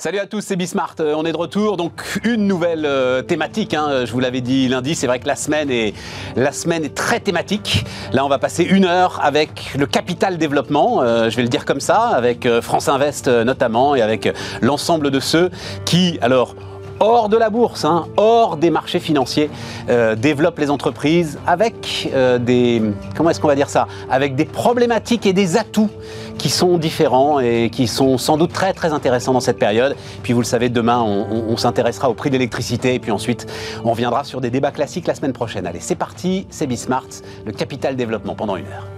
Salut à tous, c'est Bismart. On est de retour. Donc une nouvelle thématique. Je vous l'avais dit lundi, c'est vrai que la semaine est très thématique. Là, on va passer 1 heure avec le capital développement. Je vais le dire comme ça, avec France Invest notamment et avec l'ensemble de ceux qui, alors, hors de la bourse, hors des marchés financiers, développent les entreprises avec avec des problématiques et des atouts qui sont différents et qui sont sans doute très très intéressants dans cette période. Puis vous le savez, demain on s'intéressera au prix de l'électricité et puis ensuite on reviendra sur des débats classiques la semaine prochaine. Allez, c'est parti, c'est Bismart, le capital développement pendant 1 heure.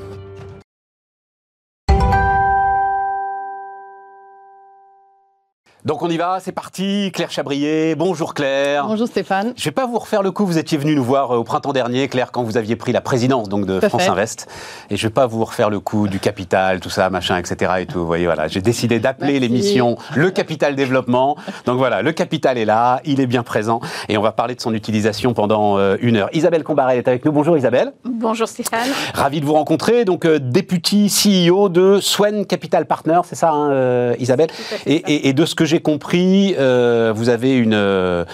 Donc on y va, c'est parti. Claire Chabrier, bonjour Claire. Bonjour Stéphane. Je ne vais pas vous refaire le coup, vous étiez venu nous voir au printemps dernier, Claire, quand vous aviez pris la présidence donc, de France Invest. Et je ne vais pas vous refaire le coup du capital, tout ça, machin, etc. Et tout. Vous voyez, voilà, j'ai décidé d'appeler l'émission le capital développement. Donc voilà, le capital est là, il est bien présent. Et on va parler de son utilisation pendant 1 heure. Isabelle Combarel est avec nous. Bonjour Isabelle. Bonjour Stéphane. Ravi de vous rencontrer. Donc député CEO de Swen Capital Partners, c'est ça Isabelle. Et de ce que j'ai compris, vous avez une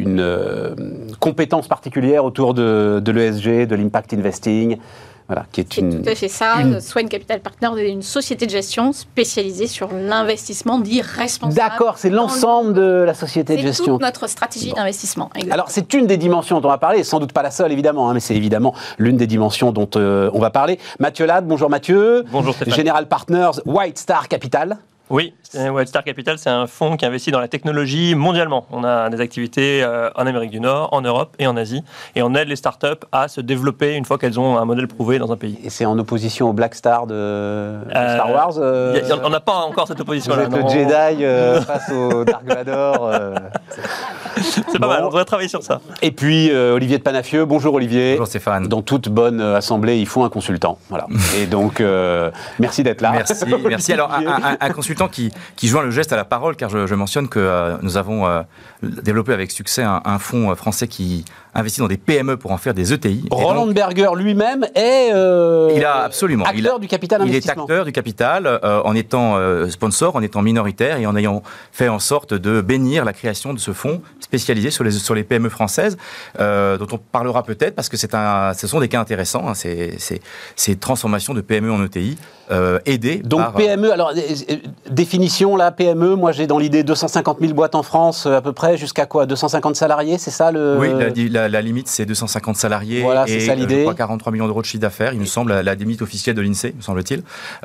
compétence particulière autour de l'ESG, de l'impact investing. Voilà, qui est tout à fait ça. Swen Capital Partners est une société de gestion spécialisée sur l'investissement dit responsable. D'accord, c'est l'ensemble de la société de gestion. C'est toute notre stratégie d'investissement. Exactement. Alors, c'est une des dimensions dont on va parler, sans doute pas la seule évidemment, mais c'est évidemment l'une des dimensions dont on va parler. Mathieu Lade, bonjour Mathieu. Bonjour Stéphane. General Partners, White Star Capital. Oui, White Star Capital, c'est un fonds qui investit dans la technologie mondialement. On a des activités en Amérique du Nord, en Europe et en Asie. Et on aide les startups à se développer une fois qu'elles ont un modèle prouvé dans un pays. Et c'est en opposition au Black Star de Star Wars On n'a pas encore cette opposition-là. Vous êtes le Jedi face au Dark Vador. C'est pas mal, on devrait travailler sur ça. Et puis Olivier de Panafieux, bonjour Olivier. Bonjour Stéphane. Dans toute bonne assemblée, il faut un consultant. Voilà. Et donc, merci d'être là. Merci. Alors, un consultant qui joint le geste à la parole, car je mentionne que nous avons développé avec succès un fonds français qui investit dans des PME pour en faire des ETI. Roland Berger lui-même est acteur du capital investissement. Il est acteur du capital en étant sponsor, en étant minoritaire et en ayant fait en sorte de bénir la création de ce fonds spécialisé sur les PME françaises, dont on parlera peut-être parce que ce sont des cas intéressants, ces transformations de PME en ETI aidées par... PME, alors définition là, PME, moi j'ai dans l'idée 250 000 boîtes en France à peu près, jusqu'à quoi 250 salariés, c'est ça le... Oui, la limite c'est 250 salariés c'est et ça, l'idée. Je crois 43 millions d'euros de chiffre d'affaires, il me semble, la limite officielle de l'INSEE, me semble-t-il.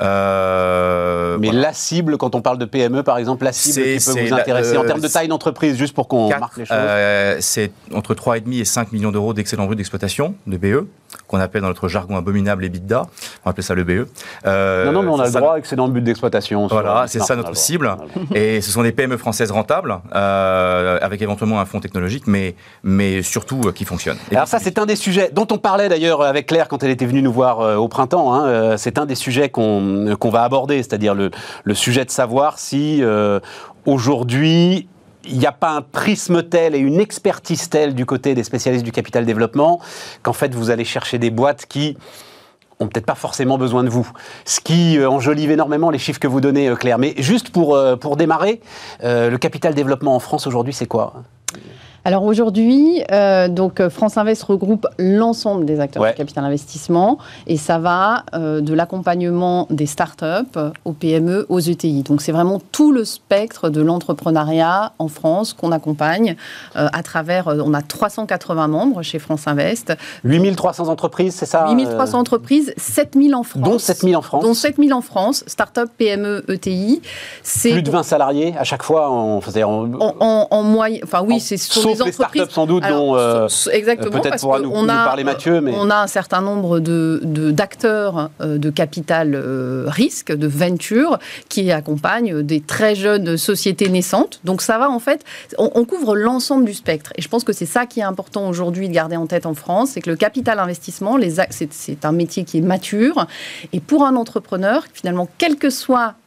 Mais la cible, quand on parle de PME par exemple, la cible qui peut vous intéresser en termes de taille d'entreprise, juste pour qu'on marque les choses. C'est entre 3,5 et 5 millions d'euros d'excédent brut d'exploitation, de BE, qu'on appelle dans notre jargon abominable EBITDA, on appelle ça le BE. Non, mais on a le droit excédent but d'exploitation. Voilà, c'est ça notre cible. Et ce sont des PME françaises rentables, avec éventuellement un fonds technologique, mais surtout qui fonctionnent. Alors ça, c'est un des sujets dont on parlait d'ailleurs avec Claire quand elle était venue nous voir au printemps. C'est un des sujets qu'on va aborder, c'est-à-dire le sujet de savoir si aujourd'hui... il n'y a pas un prisme tel et une expertise telle du côté des spécialistes du capital développement qu'en fait vous allez chercher des boîtes qui ont peut-être pas forcément besoin de vous. Ce qui enjolive énormément les chiffres que vous donnez, Claire. Mais juste pour démarrer, le capital développement en France aujourd'hui, c'est quoi ? Alors aujourd'hui, France Invest regroupe l'ensemble des acteurs du capital investissement et ça va de l'accompagnement des startups aux PME, aux ETI. Donc c'est vraiment tout le spectre de l'entrepreneuriat en France qu'on accompagne à travers, on a 380 membres chez France Invest. 8300 entreprises, c'est ça 8300 entreprises, 7000 en France. Dont 7000 en France. Dont 7000 en France, startup, PME, ETI. C'est plus de 20 salariés à chaque fois en moyenne. Enfin oui, c'est sur les startups sans doute, dont exactement, peut-être pourra nous parler Mathieu. Mais... On a un certain nombre d'acteurs de capital risque, de venture, qui accompagnent des très jeunes sociétés naissantes. Donc ça va en fait, on couvre l'ensemble du spectre. Et je pense que c'est ça qui est important aujourd'hui de garder en tête en France, c'est que le capital investissement, c'est un métier qui est mature. Et pour un entrepreneur, finalement, quelle que soit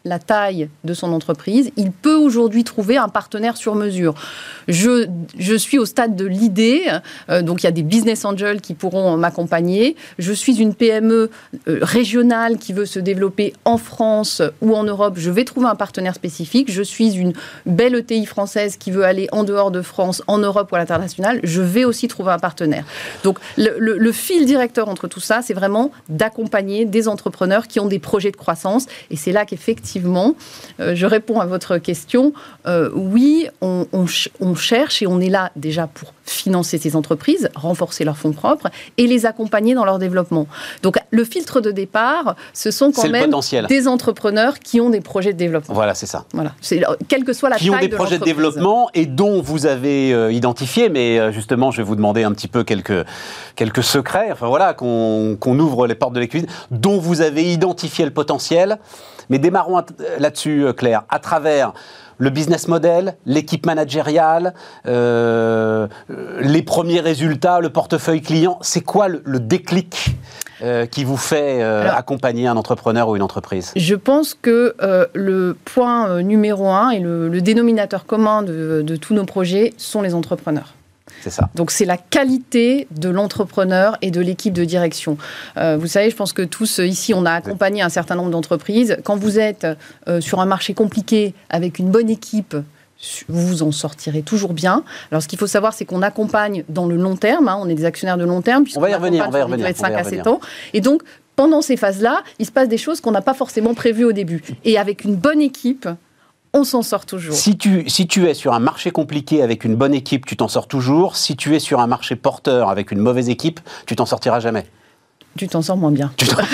la taille de son entreprise, il peut aujourd'hui trouver un partenaire sur mesure. Je suis au stade de l'idée, donc il y a des business angels qui pourront m'accompagner. Je suis une PME régionale qui veut se développer en France ou en Europe. Je vais trouver un partenaire spécifique. Je suis une belle ETI française qui veut aller en dehors de France, en Europe ou à l'international. Je vais aussi trouver un partenaire. Donc le fil directeur entre tout ça, c'est vraiment d'accompagner des entrepreneurs qui ont des projets de croissance. Et c'est là qu'effectivement, je réponds à votre question. Oui, on cherche et on est là déjà pour financer ces entreprises, renforcer leurs fonds propres et les accompagner dans leur développement. Donc le filtre de départ, ce sont quand même des entrepreneurs qui ont des projets de développement. Voilà, c'est ça. Voilà. Quelle que soit la taille de l'entreprise. Qui ont des projets de développement et dont vous avez identifié, mais justement, je vais vous demander un petit peu quelques secrets, enfin voilà, qu'on ouvre les portes de la cuisine, dont vous avez identifié le potentiel. Mais démarrons là-dessus, Claire, à travers le business model, l'équipe managériale, les premiers résultats, le portefeuille client. C'est quoi le déclic qui vous fait accompagner un entrepreneur ou une entreprise? Je pense que le point numéro 1 et le dénominateur commun de tous nos projets sont les entrepreneurs. C'est ça. Donc c'est la qualité de l'entrepreneur et de l'équipe de direction. Vous savez, je pense que tous ici, on a accompagné un certain nombre d'entreprises. Quand vous êtes sur un marché compliqué avec une bonne équipe, vous en sortirez toujours bien. Alors ce qu'il faut savoir, c'est qu'on accompagne dans le long terme. On est des actionnaires de long terme. On va y revenir. 5 à 7 ans. Et donc, pendant ces phases-là, il se passe des choses qu'on n'a pas forcément prévues au début. Et avec une bonne équipe, on s'en sort toujours. Si tu es sur un marché compliqué avec une bonne équipe, tu t'en sors toujours. Si tu es sur un marché porteur avec une mauvaise équipe, tu t'en sortiras jamais. Tu t'en sors moins bien.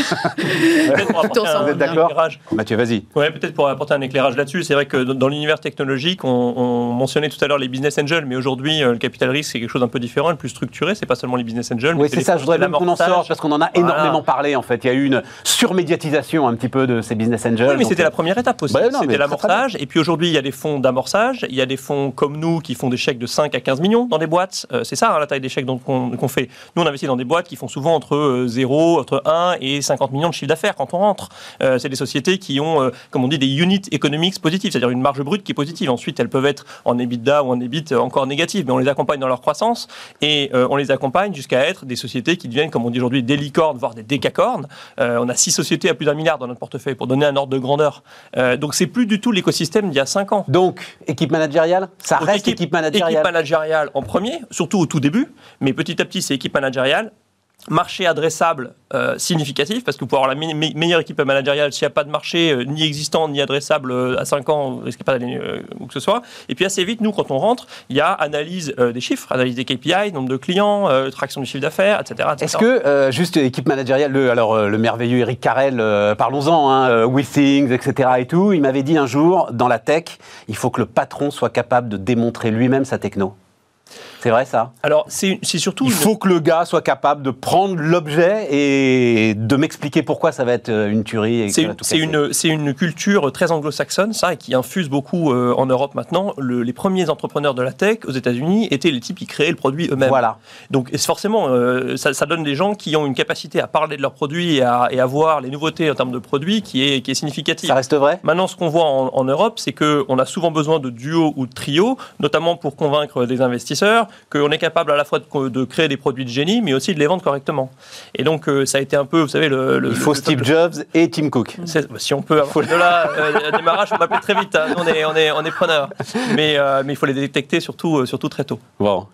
Vous êtes d'accord ? Mathieu, vas-y. Ouais, peut-être pour apporter un éclairage là-dessus. C'est vrai que dans l'univers technologique, on mentionnait tout à l'heure les business angels, mais aujourd'hui, le capital risque, c'est quelque chose d'un peu différent, le plus structuré. C'est pas seulement les business angels. Oui, c'est ça. Je voudrais même qu'on en sorte parce qu'on en a énormément parlé. En fait, il y a eu une surmédiatisation un petit peu de ces business angels. Oui, mais c'était la première étape aussi. C'était l'amorçage. Et puis aujourd'hui, il y a des fonds d'amorçage. Il y a des fonds comme nous qui font des chèques de 5 à 15 millions dans des boîtes. C'est ça, la taille des chèques qu'on fait. Nous, on investit dans des boîtes qui font souvent entre 0, entre 1 et 50 millions de chiffre d'affaires quand on rentre. C'est des sociétés qui ont, comme on dit, des unit economics positifs, c'est-à-dire une marge brute qui est positive. Ensuite, elles peuvent être en EBITDA ou en EBIT encore négatives, mais on les accompagne dans leur croissance et on les accompagne jusqu'à être des sociétés qui deviennent, comme on dit aujourd'hui, des licornes, voire des décacornes. On a 6 sociétés à plus d'1 milliard dans notre portefeuille pour donner un ordre de grandeur. Donc, c'est plus du tout l'écosystème d'il y a 5 ans. Donc, équipe managériale, ça donc reste équipe managériale. Équipe managériale en premier, surtout au tout début, mais petit à petit, c'est équipe managériale. Marché adressable significatif, parce que pour avoir la meilleure équipe managériale, s'il n'y a pas de marché ni existant ni adressable à 5 ans, vous ne risquez pas d'aller où que ce soit. Et puis assez vite, nous, quand on rentre, il y a analyse des chiffres, analyse des KPI, nombre de clients, traction du chiffre d'affaires, etc. Est-ce que, juste équipe managériale, le merveilleux Eric Carrel, parlons-en, WeThings, etc. et tout, il m'avait dit un jour, dans la tech, il faut que le patron soit capable de démontrer lui-même sa techno. C'est vrai ça ? Alors, c'est surtout... Il faut que le gars soit capable de prendre l'objet et de m'expliquer pourquoi ça va être une tuerie. Et c'est une culture très anglo-saxonne, ça, et qui infuse beaucoup en Europe maintenant. Les premiers entrepreneurs de la tech aux États-Unis étaient les types qui créaient le produit eux-mêmes. Voilà. Donc, forcément, ça donne des gens qui ont une capacité à parler de leurs produits et à voir les nouveautés en termes de produits qui est significative. Ça reste vrai ? Maintenant, ce qu'on voit en Europe, c'est qu'on a souvent besoin de duos ou de trios, notamment pour convaincre des investisseurs, qu'on est capable à la fois de créer des produits de génie, mais aussi de les vendre correctement. Et donc, ça a été un peu, vous savez... Il faut Steve Jobs et Tim Cook. Si on peut avoir de là, démarrage, on m'appelle très vite. Hein. Nous, on est preneurs. Mais il faut les détecter surtout très tôt. Bon.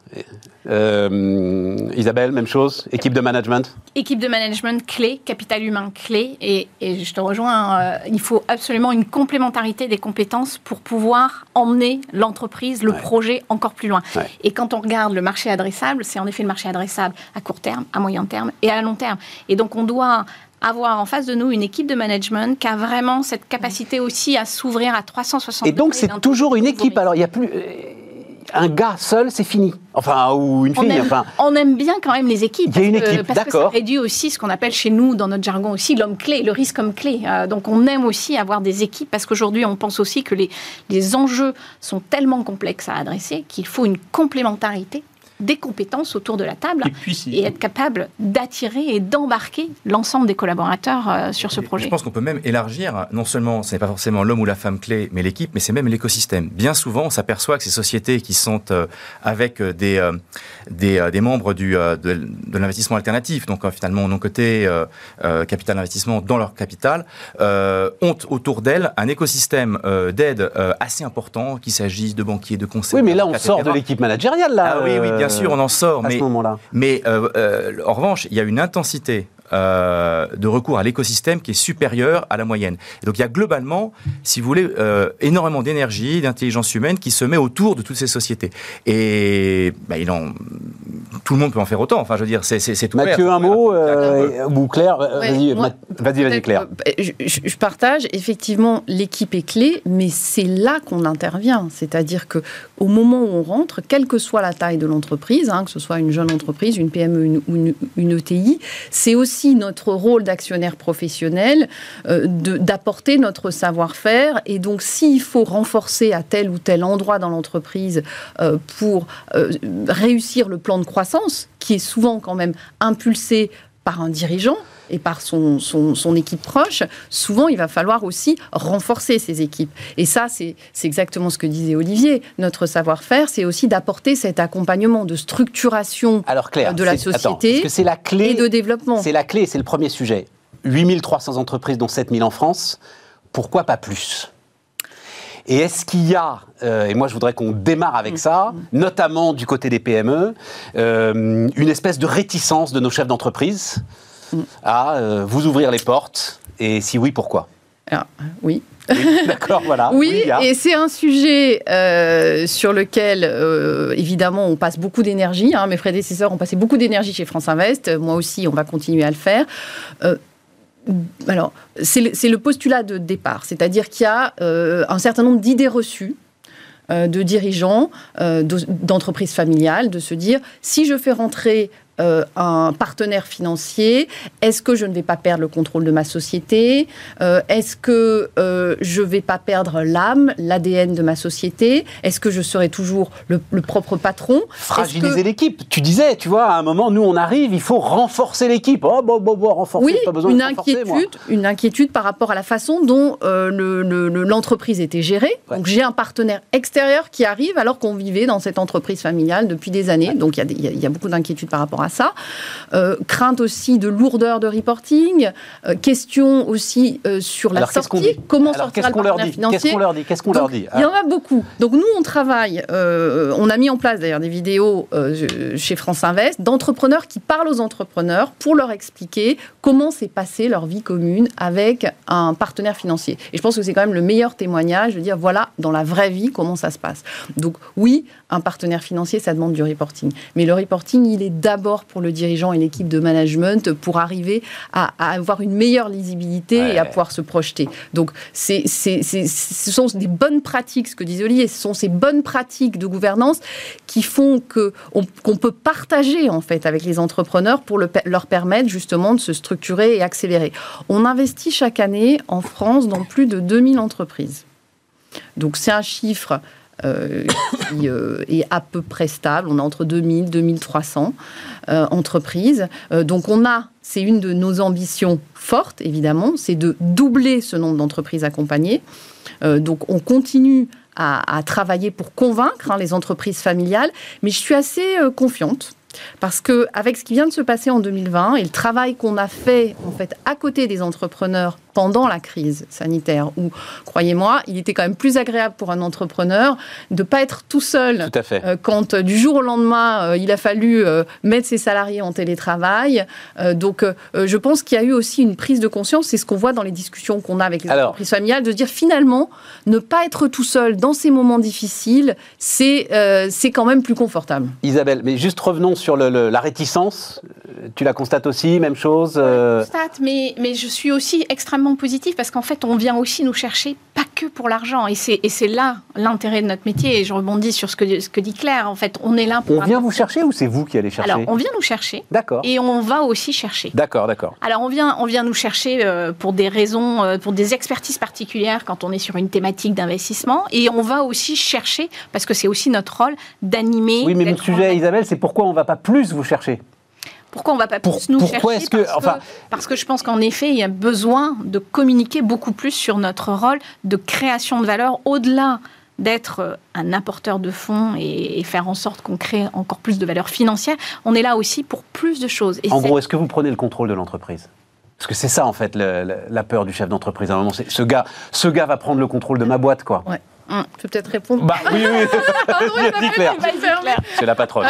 Isabelle, même chose. Équipe de management. Équipe de management clé, capital humain clé. Et je te rejoins, il faut absolument une complémentarité des compétences pour pouvoir emmener l'entreprise, le projet encore plus loin. Ouais. Et quand on regarde le marché adressable, c'est en effet le marché adressable à court terme, à moyen terme et à long terme. Et donc, on doit avoir en face de nous une équipe de management qui a vraiment cette capacité aussi à s'ouvrir à 360 degrés. Et donc, c'est toujours une équipe. Alors, il n'y a plus... Un gars seul, c'est fini. Enfin, ou une fille. On aime bien quand même les équipes. Il y a une équipe, parce que ça réduit aussi ce qu'on appelle chez nous, dans notre jargon aussi, l'homme clé, le risque homme clé. Donc, on aime aussi avoir des équipes parce qu'aujourd'hui, on pense aussi que les enjeux sont tellement complexes à adresser qu'il faut une complémentarité des compétences autour de la table et être capable d'attirer et d'embarquer l'ensemble des collaborateurs sur ce projet. Je pense qu'on peut même élargir, non seulement ce n'est pas forcément l'homme ou la femme clé, mais l'équipe, mais c'est même l'écosystème. Bien souvent, on s'aperçoit que ces sociétés qui sont avec des membres de l'investissement alternatif, donc finalement non coté, capital investissement dans leur capital, ont autour d'elles un écosystème d'aide assez important, qu'il s'agisse de banquiers, de conseillers. Oui, mais là, on sort de l'équipe managériale, là. Oui, bien sûr, on en sort. À ce moment-là. Mais en revanche, il y a une intensité de recours à l'écosystème qui est supérieure à la moyenne. Et donc il y a globalement, si vous voulez, énormément d'énergie, d'intelligence humaine qui se met autour de toutes ces sociétés. Et tout le monde peut en faire autant. Enfin, je veux dire, c'est tout. Mathieu, clair. Un mot ou Claire, vas-y Claire. Je partage. Effectivement, l'équipe est clé, mais c'est là qu'on intervient. C'est-à-dire que au moment où on rentre, quelle que soit la taille de l'entreprise, que ce soit une jeune entreprise, une PME ou une ETI, c'est aussi notre rôle d'actionnaire professionnel d'apporter notre savoir-faire. Et donc, s'il faut renforcer à tel ou tel endroit dans l'entreprise pour réussir le plan de croissance, qui est souvent quand même impulsé par un dirigeant et par son équipe proche, souvent il va falloir aussi renforcer ces équipes. Et ça, c'est exactement ce que disait Olivier. Notre savoir-faire, c'est aussi d'apporter cet accompagnement de structuration Claire, de la société c'est la clé, et de développement. C'est la clé, c'est le premier sujet. 8300 entreprises, dont 7000 en France. Pourquoi pas plus ? Et est-ce qu'il y a, et moi je voudrais qu'on démarre avec ça, notamment du côté des PME, une espèce de réticence de nos chefs d'entreprise à vous ouvrir les portes, et si oui, pourquoi ? Alors, oui. D'accord, voilà. Oui, et c'est un sujet sur lequel, évidemment, on passe beaucoup d'énergie. Mes prédécesseurs ont passé beaucoup d'énergie chez France Invest. Moi aussi, on va continuer à le faire. Alors, c'est le postulat de départ. C'est-à-dire qu'il y a un certain nombre d'idées reçues de dirigeants d'entreprises familiales, de se dire, si je fais rentrer un partenaire financier, est-ce que je ne vais pas perdre le contrôle de ma société ? Est-ce que je ne vais pas perdre l'âme, l'ADN de ma société ? Est-ce que je serai toujours le propre patron ? Fragiliser l'équipe. Tu disais, tu vois, à un moment, nous on arrive, il faut renforcer l'équipe. Renforcer, oui, pas besoin de renforcer, une inquiétude par rapport à la façon dont l'entreprise était gérée. Ouais. Donc j'ai un partenaire extérieur qui arrive alors qu'on vivait dans cette entreprise familiale depuis des années. Ouais. Donc il y a beaucoup d'inquiétudes par rapport à ça. Crainte aussi de lourdeur de reporting, question aussi sur la sortie. Comment sortira le partenaire financier ? Qu'est-ce qu'on leur dit ? Il y en a beaucoup. Donc nous, on travaille, on a mis en place d'ailleurs des vidéos chez France Invest d'entrepreneurs qui parlent aux entrepreneurs pour leur expliquer comment s'est passée leur vie commune avec un partenaire financier. Et je pense que c'est quand même le meilleur témoignage de dire, voilà, dans la vraie vie, comment ça se passe. Donc oui, un partenaire financier, ça demande du reporting. Mais le reporting, il est d'abord pour le dirigeant et l'équipe de management pour arriver à avoir une meilleure lisibilité et à pouvoir se projeter. Donc, ce sont des bonnes pratiques, ce que disait Olivier, ce sont ces bonnes pratiques de gouvernance qui font qu'on peut partager, en fait, avec les entrepreneurs pour leur permettre, justement, de se structurer et accélérer. On investit chaque année, en France, dans plus de 2000 entreprises. Donc, c'est un chiffre qui est à peu près stable. On a entre 2000 et 2300 entreprises. Donc c'est une de nos ambitions fortes, évidemment, c'est de doubler ce nombre d'entreprises accompagnées. Donc on continue à travailler pour convaincre les entreprises familiales, mais je suis assez confiante. Parce qu'avec ce qui vient de se passer en 2020 et le travail qu'on a fait, en fait, à côté des entrepreneurs pendant la crise sanitaire, où, croyez-moi, il était quand même plus agréable pour un entrepreneur de ne pas être tout seul. Tout à fait. Quand du jour au lendemain, il a fallu mettre ses salariés en télétravail. Donc, je pense qu'il y a eu aussi une prise de conscience, c'est ce qu'on voit dans les discussions qu'on a avec les entreprises familiales, de se dire finalement, ne pas être tout seul dans ces moments difficiles, c'est quand même plus confortable. Isabelle, mais juste revenons sur la réticence. Tu la constates aussi, même chose Je la constate, mais je suis aussi extrêmement positive parce qu'en fait, on vient aussi nous chercher, pas que que pour l'argent. Et c'est là l'intérêt de notre métier. Et je rebondis sur ce que dit Claire. En fait, on est là pour... On vient vous chercher ou c'est vous qui allez chercher? Alors, on vient nous chercher. D'accord. Et on va aussi chercher. D'accord. Alors, on vient nous chercher pour des raisons, pour des expertises particulières quand on est sur une thématique d'investissement. Et on va aussi chercher, parce que c'est aussi notre rôle, d'animer... Oui, mais mon sujet, Isabelle, c'est pourquoi on ne va pas plus vous chercher? Pourquoi on ne va pas plus nous chercher? Parce que je pense qu'en effet, il y a besoin de communiquer beaucoup plus sur notre rôle de création de valeur, au-delà d'être un apporteur de fonds et faire en sorte qu'on crée encore plus de valeur financière. On est là aussi pour plus de choses. Et en gros, est-ce que vous prenez le contrôle de l'entreprise? Parce que c'est ça, en fait, la peur du chef d'entreprise. À un moment, c'est ce gars va prendre le contrôle de ma boîte, quoi. Ouais. Je peux peut-être répondre. Bah oui. Dis Claire. C'est la patronne.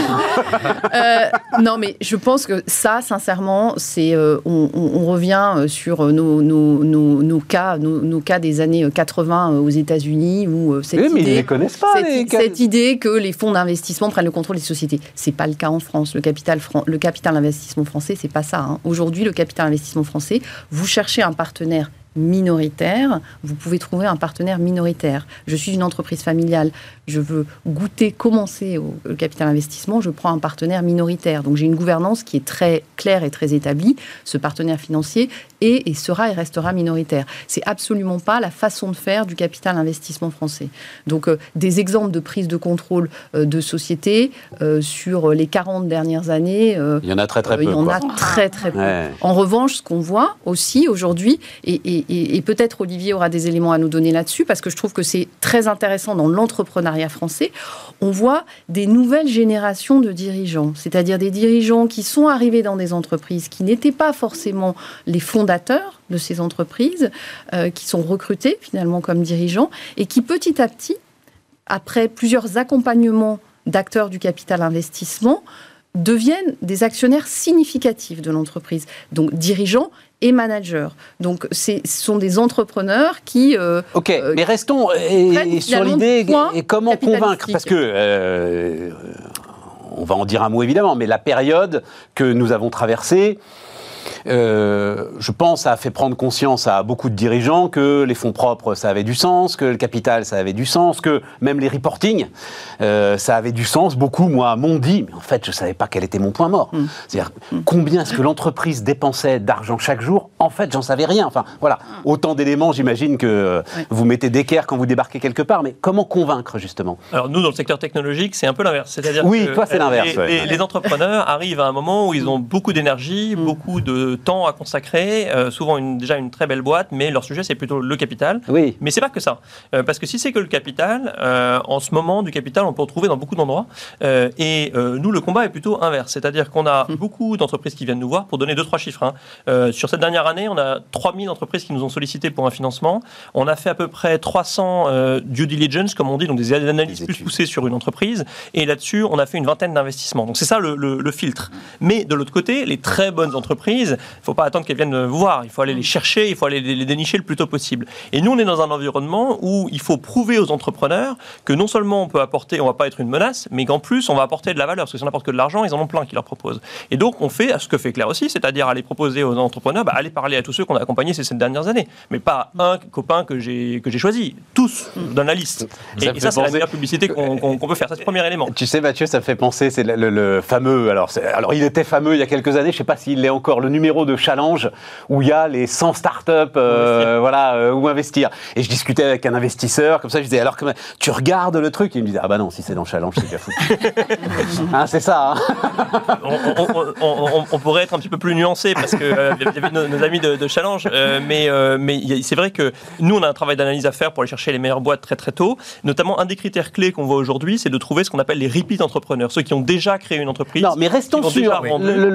Non, mais je pense que ça, sincèrement, c'est on revient sur nos cas des années 80 aux États-Unis où mais ils ne les connaissent pas. Cette idée que les fonds d'investissement prennent le contrôle des sociétés, c'est pas le cas en France. Le capital investissement français, c'est pas ça. Hein. Aujourd'hui, le capital investissement français, vous cherchez un partenaire minoritaire, vous pouvez trouver un partenaire minoritaire. Je suis une entreprise familiale, je veux commencer au capital investissement, je prends un partenaire minoritaire. Donc j'ai une gouvernance qui est très claire et très établie. Ce partenaire financier est et sera et restera minoritaire. C'est absolument pas la façon de faire du capital investissement français. Donc des exemples de prise de contrôle de sociétés sur les 40 dernières années, il y en a très peu. Il y en a très peu. Ouais. En revanche, ce qu'on voit aussi aujourd'hui, et peut-être Olivier aura des éléments à nous donner là-dessus, parce que je trouve que c'est très intéressant dans l'entrepreneuriat français, on voit des nouvelles générations de dirigeants, c'est-à-dire des dirigeants qui sont arrivés dans des entreprises qui n'étaient pas forcément les fondateurs de ces entreprises, qui sont recrutés finalement comme dirigeants, et qui petit à petit, après plusieurs accompagnements d'acteurs du capital investissement, deviennent des actionnaires significatifs de l'entreprise, donc dirigeants et managers. Donc, ce sont des entrepreneurs qui... mais restons sur l'idée et comment convaincre, parce que on va en dire un mot évidemment, mais la période que nous avons traversée, je pense, ça a fait prendre conscience à beaucoup de dirigeants que les fonds propres, ça avait du sens, que le capital, ça avait du sens, que même les reporting, ça avait du sens. Beaucoup, moi, m'ont dit, mais en fait, je ne savais pas quel était mon point mort. C'est-à-dire, combien est-ce que l'entreprise dépensait d'argent chaque jour? En fait, j'en savais rien. Enfin, voilà, autant d'éléments, j'imagine que vous mettez d'équerre quand vous débarquez quelque part, mais comment convaincre, justement? Alors, nous, dans le secteur technologique, c'est un peu l'inverse. C'est-à-dire que toi, c'est l'inverse. Les entrepreneurs arrivent à un moment où ils ont beaucoup d'énergie, beaucoup de temps à consacrer, souvent déjà une très belle boîte, mais leur sujet c'est plutôt le capital. Oui. Mais c'est pas que ça, parce que si c'est que le capital, en ce moment du capital on peut en trouver dans beaucoup d'endroits, et nous le combat est plutôt inverse, c'est-à-dire qu'on a beaucoup d'entreprises qui viennent nous voir pour donner 2-3 chiffres. Sur cette dernière année, on a 3000 entreprises qui nous ont sollicité pour un financement. On a fait à peu près 300 due diligence, comme on dit, donc des analyses plus poussées sur une entreprise, et là-dessus on a fait une vingtaine d'investissements. Donc c'est ça le filtre. Mais de l'autre côté, les très bonnes entreprises, il ne faut pas attendre qu'elles viennent vous voir, il faut aller les chercher, il faut aller les dénicher le plus tôt possible. Et nous, on est dans un environnement où il faut prouver aux entrepreneurs que non seulement on peut apporter, on ne va pas être une menace, mais qu'en plus, on va apporter de la valeur, parce que si on n'apporte que de l'argent, ils en ont plein qui leur proposent. Et donc, on fait ce que fait Claire aussi, c'est-à-dire aller proposer aux entrepreneurs, aller parler à tous ceux qu'on a accompagnés ces 7 dernières années, mais pas un copain que j'ai choisi, tous dans la liste. Et ça, c'est la meilleure publicité qu'on peut faire, ça c'est le premier élément. Tu sais, Mathieu, ça me fait penser, c'est le fameux, alors il était fameux il y a quelques années, je ne sais pas s'il l'est encore, le numéro de Challenge où il y a les 100 startups où investir. Et je discutais avec un investisseur, comme ça je disais, alors tu regardes le truc? Et il me disait, ah bah non, si c'est dans Challenge, c'est déjà fou. C'est ça. On pourrait être un petit peu plus nuancé parce que y avait nos amis de Challenge, mais c'est vrai que nous on a un travail d'analyse à faire pour aller chercher les meilleures boîtes très très tôt. Notamment un des critères clés qu'on voit aujourd'hui, c'est de trouver ce qu'on appelle les repeat entrepreneurs, ceux qui ont déjà créé une entreprise. Non, mais restons sur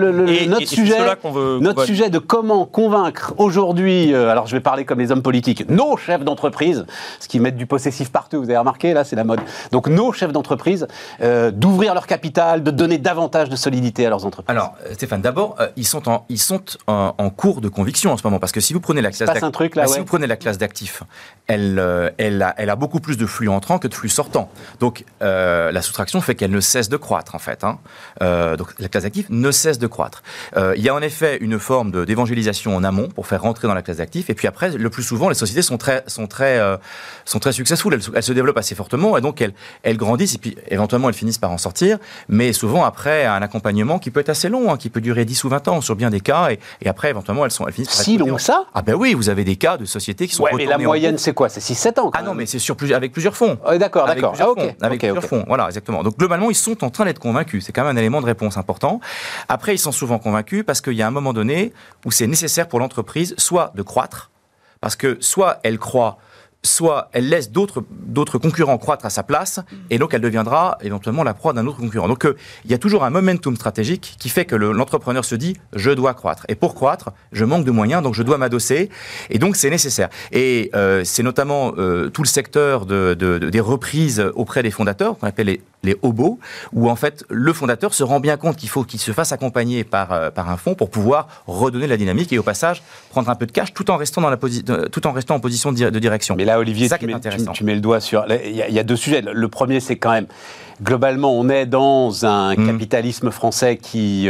notre sujet de comment convaincre aujourd'hui, alors je vais parler comme les hommes politiques, nos chefs d'entreprise, ce qui mettent du possessif partout, vous avez remarqué, là c'est la mode, donc nos chefs d'entreprise, d'ouvrir leur capital, de donner davantage de solidité à leurs entreprises. Alors Stéphane, d'abord, ils sont en cours de conviction en ce moment, parce que si vous prenez la classe si vous prenez la classe d'actifs, elle a beaucoup plus de flux entrants que de flux sortants. Donc la soustraction fait qu'elle ne cesse de croître en fait. Donc la classe d'actifs ne cesse de croître. Il y a en effet fait une forme d'évangélisation en amont pour faire rentrer dans la classe d'actifs. Et puis après, le plus souvent, les sociétés sont très successful. Elles se développent assez fortement et donc elles grandissent et puis éventuellement elles finissent par en sortir. Mais souvent après, un accompagnement qui peut être assez long, qui peut durer 10 ou 20 ans sur bien des cas. Et après, éventuellement, elles finissent par être... Si long que ça ? Ah ben oui, vous avez des cas de sociétés qui sont retournées. Mais la moyenne, c'est quoi ? C'est 6-7 ans. Non, mais c'est avec plusieurs fonds. D'accord. Avec plusieurs fonds. Voilà, exactement. Donc globalement, ils sont en train d'être convaincus. C'est quand même un élément de réponse important. Après, ils sont souvent convaincus parce qu'il y a un moment donné où c'est nécessaire pour l'entreprise soit de croître, parce que soit elle croît, soit elle laisse d'autres concurrents croître à sa place, et donc elle deviendra éventuellement la proie d'un autre concurrent. Donc il y a toujours un momentum stratégique qui fait que l'entrepreneur se dit « je dois croître ». Et pour croître, je manque de moyens, donc je dois m'adosser, et donc c'est nécessaire. Et c'est notamment tout le secteur des reprises auprès des fondateurs, qu'on appelle les hobos, où en fait le fondateur se rend bien compte qu'il faut qu'il se fasse accompagner par un fonds pour pouvoir redonner de la dynamique et au passage prendre un peu de cash tout en restant en position de direction. Mais là, Olivier, tu mets le doigt sur... Il y a deux sujets. Le premier, c'est quand même... Globalement, on est dans un capitalisme français qui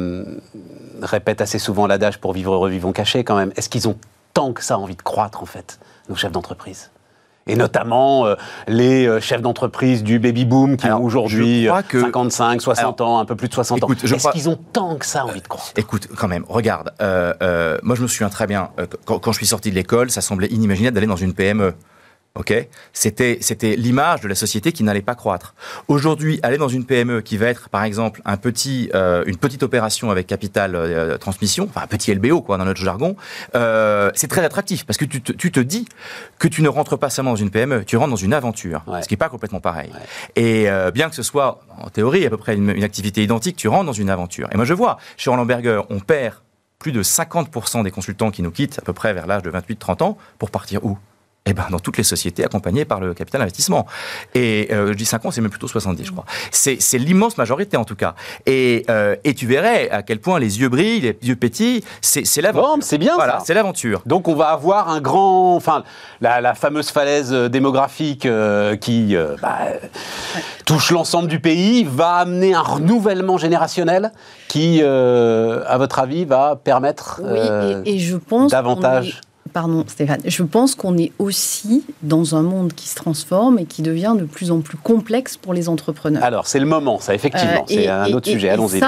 répète assez souvent l'adage « pour vivre heureux, vivons cachés » quand même. Est-ce qu'ils ont tant que ça envie de croître, en fait, nos chefs d'entreprise ? Et notamment les chefs d'entreprise du baby-boom qui ont aujourd'hui 55, 60 ans, un peu plus de 60 ans. Est-ce qu'ils ont tant que ça envie de croître ? Écoute, quand même, regarde. Moi, je me souviens très bien, quand je suis sorti de l'école, ça semblait inimaginable d'aller dans une PME. Okay, c'était l'image de la société qui n'allait pas croître. Aujourd'hui, aller dans une PME qui va être, par exemple, une petite opération avec capital transmission, enfin un petit LBO quoi, dans notre jargon, c'est très attractif parce que tu te dis que tu ne rentres pas seulement dans une PME, tu rentres dans une aventure, ce qui n'est pas complètement pareil. Ouais. Et bien que ce soit, en théorie, à peu près une activité identique, tu rentres dans une aventure. Et moi, je vois, chez Roland Berger, on perd plus de 50% des consultants qui nous quittent, à peu près vers l'âge de 28-30 ans, pour partir où ? Eh ben, dans toutes les sociétés accompagnées par le capital investissement. Et je dis 5 ans, c'est même plutôt 70, je crois. C'est l'immense majorité, en tout cas. Et tu verrais à quel point les yeux brillent, les yeux pétillent. C'est l'aventure. Bon, c'est bien, voilà, ça. C'est l'aventure. Donc, on va avoir un grand... Enfin, la fameuse falaise démographique qui touche l'ensemble du pays va amener un renouvellement générationnel qui, à votre avis, va permettre et je pense davantage... Pardon Stéphane, je pense qu'on est aussi dans un monde qui se transforme et qui devient de plus en plus complexe pour les entrepreneurs. Alors, c'est le moment, ça, effectivement, c'est un autre sujet, allons-y.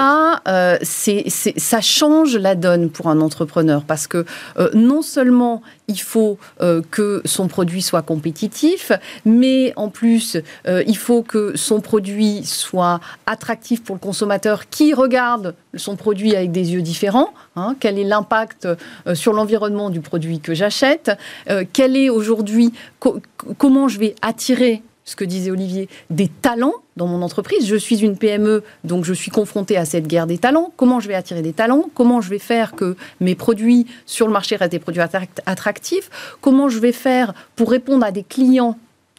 Ça change la donne pour un entrepreneur parce que non seulement il faut que son produit soit compétitif, mais en plus, il faut que son produit soit attractif pour le consommateur qui regarde son produit avec des yeux différents. Quel est l'impact sur l'environnement du produit que j'achète ? Quel est aujourd'hui, comment je vais attirer, ce que disait Olivier, des talents dans mon entreprise. Je suis une PME, donc je suis confrontée à cette guerre des talents. Comment je vais attirer des talents ? Comment je vais faire que mes produits sur le marché restent des produits attractifs ? Comment je vais faire pour répondre à des clients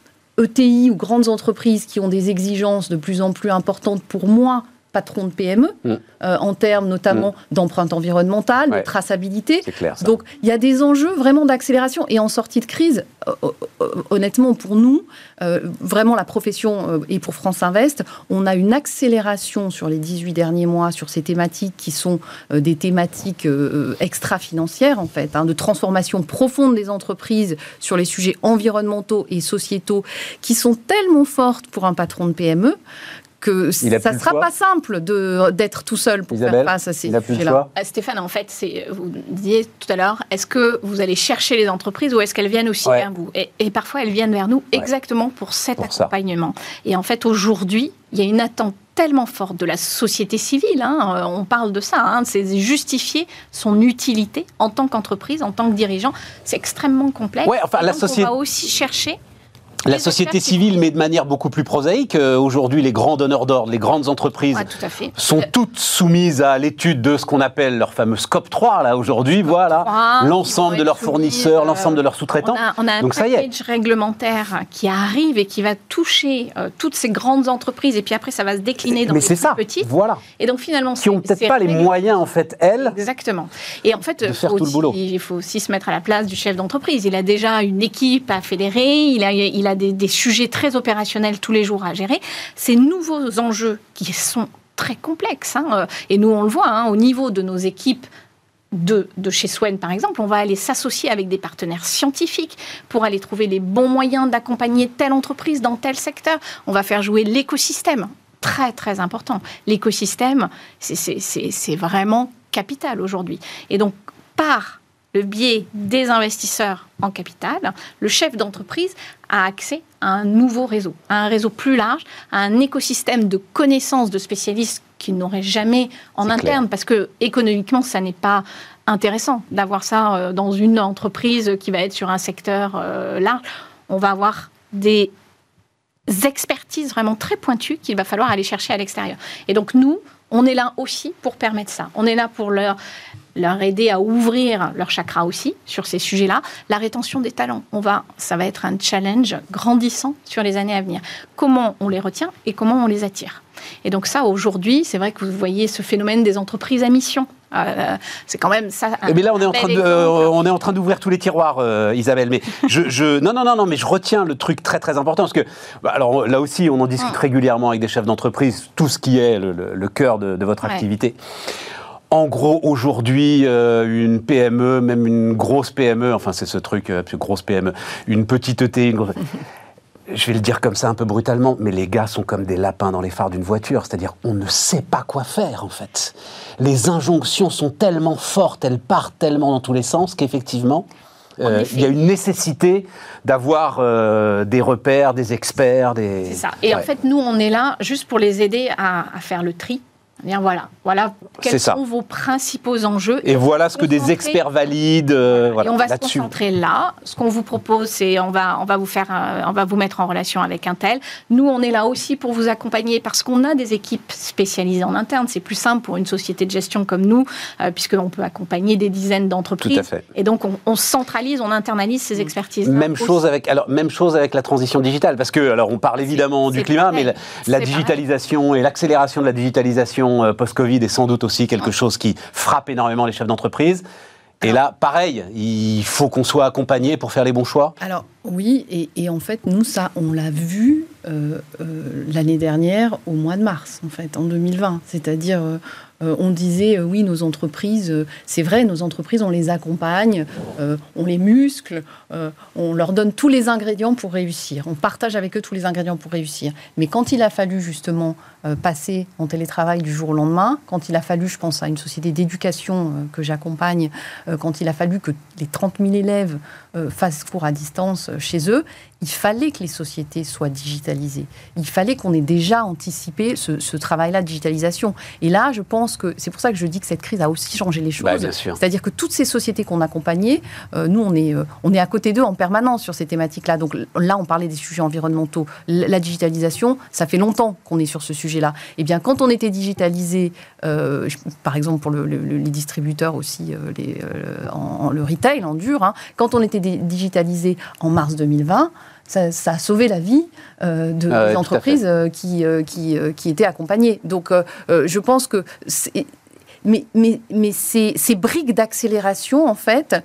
ETI ou grandes entreprises qui ont des exigences de plus en plus importantes pour moi, patron de PME, en termes notamment d'empreinte environnementale, de traçabilité. C'est clair, ça. Donc, il y a des enjeux vraiment d'accélération. Et en sortie de crise, honnêtement, pour nous, vraiment la profession et pour France Invest, on a une accélération sur les 18 derniers mois sur ces thématiques qui sont des thématiques extra-financières, en fait, de transformation profonde des entreprises sur les sujets environnementaux et sociétaux qui sont tellement fortes pour un patron de PME que ça ne sera pas simple d'être tout seul pour faire face à ces sujets-là. Stéphane, en fait, vous disiez tout à l'heure, est-ce que vous allez chercher les entreprises ou est-ce qu'elles viennent aussi vers vous ? Et parfois, elles viennent vers nous exactement pour cet accompagnement. Et en fait, aujourd'hui, il y a une attente tellement forte de la société civile, on parle de ça, c'est justifier son utilité en tant qu'entreprise, en tant que dirigeant. C'est extrêmement complexe. Ouais, enfin, on va aussi chercher... La société civile, mais de manière beaucoup plus prosaïque. Aujourd'hui, les grands donneurs d'ordre, les grandes entreprises sont toutes soumises à l'étude de ce qu'on appelle leur fameux Scope 3, là, aujourd'hui. Voilà, l'ensemble de leurs fournisseurs, l'ensemble de leurs sous-traitants. On a un package réglementaire qui arrive et qui va toucher toutes ces grandes entreprises. Et puis après, ça va se décliner dans les plus petites. Voilà. Et donc, finalement, qui n'ont peut-être pas les moyens, en fait, elles, exactement. Et en fait, il faut aussi se mettre à la place du chef d'entreprise. Il a déjà une équipe à fédérer, il a des sujets très opérationnels tous les jours à gérer. Ces nouveaux enjeux qui sont très complexes, et nous on le voit au niveau de nos équipes de chez Swen, par exemple, on va aller s'associer avec des partenaires scientifiques pour aller trouver les bons moyens d'accompagner telle entreprise dans tel secteur. On va faire jouer l'écosystème. Très, très important. L'écosystème, c'est vraiment capital aujourd'hui. Et donc, par le biais des investisseurs en capital, le chef d'entreprise a accès à un nouveau réseau, à un réseau plus large, à un écosystème de connaissances de spécialistes qu'il n'aurait jamais en interne, parce que économiquement, ça n'est pas intéressant d'avoir ça dans une entreprise qui va être sur un secteur large. On va avoir des expertises vraiment très pointues qu'il va falloir aller chercher à l'extérieur. Et donc nous, on est là aussi pour permettre ça. On est là pour leur aider à ouvrir leur chakra aussi sur ces sujets-là. La rétention des talents, ça va être un challenge grandissant sur les années à venir. Comment on les retient et comment on les attire. Et donc ça, aujourd'hui, c'est vrai que vous voyez ce phénomène des entreprises à mission. C'est quand même ça. Mais là, on est en train d'ouvrir tous les tiroirs, Isabelle. Mais non, mais je retiens le truc très très important parce que, alors là aussi, on en discute régulièrement avec des chefs d'entreprise, tout ce qui est le cœur de votre activité. En gros, aujourd'hui, une PME, même une grosse PME, enfin c'est ce truc, grosse PME, une petite ETI, je vais le dire comme ça un peu brutalement, mais les gars sont comme des lapins dans les phares d'une voiture, c'est-à-dire on ne sait pas quoi faire en fait. Les injonctions sont tellement fortes, elles partent tellement dans tous les sens qu'effectivement, il y a une nécessité d'avoir des repères, des experts, des... C'est ça. Et en fait, nous, on est là juste pour les aider à faire le tri. Bien, voilà quels sont vos principaux enjeux. Et voilà ce que des experts valident. Et on va se concentrer là. Ce qu'on vous propose, c'est on va vous mettre en relation avec un tel. Nous, on est là aussi pour vous accompagner parce qu'on a des équipes spécialisées en interne. C'est plus simple pour une société de gestion comme nous, puisqu'on peut accompagner des dizaines d'entreprises. Tout à fait. Et donc, on centralise, on internalise ces expertises. Même chose avec la transition digitale, parce que on parle évidemment du climat, mais la digitalisation et l'accélération de la digitalisation post-Covid est sans doute aussi quelque chose qui frappe énormément les chefs d'entreprise. Et là, pareil, il faut qu'on soit accompagné pour faire les bons choix. Alors oui, et en fait, nous, ça, on l'a vu l'année dernière, au mois de mars, en fait, en 2020. C'est-à-dire, on disait, oui, nos entreprises, c'est vrai, nos entreprises, on les accompagne, on les muscle, on leur donne tous les ingrédients pour réussir. On partage avec eux tous les ingrédients pour réussir. Mais quand il a fallu, justement, passer en télétravail du jour au lendemain, quand il a fallu, je pense à une société d'éducation que j'accompagne, quand il a fallu que les 30 000 élèves fassent cours à distance chez eux, il fallait que les sociétés soient digitalisées. Il fallait qu'on ait déjà anticipé ce travail-là de digitalisation. Et là, je pense que c'est pour ça que je dis que cette crise a aussi changé les choses. Bien sûr. C'est-à-dire que toutes ces sociétés qu'on accompagnait, nous, on est à côté d'eux en permanence sur ces thématiques-là. Donc là, on parlait des sujets environnementaux. La digitalisation, ça fait longtemps qu'on est sur ce sujet-là. Eh bien, quand on était digitalisé, par exemple pour les distributeurs aussi, le retail en dur, quand on était digitalisé en mars 2020, ça a sauvé la vie des entreprises qui étaient accompagnées. Donc, je pense que... Mais ces briques d'accélération, en fait,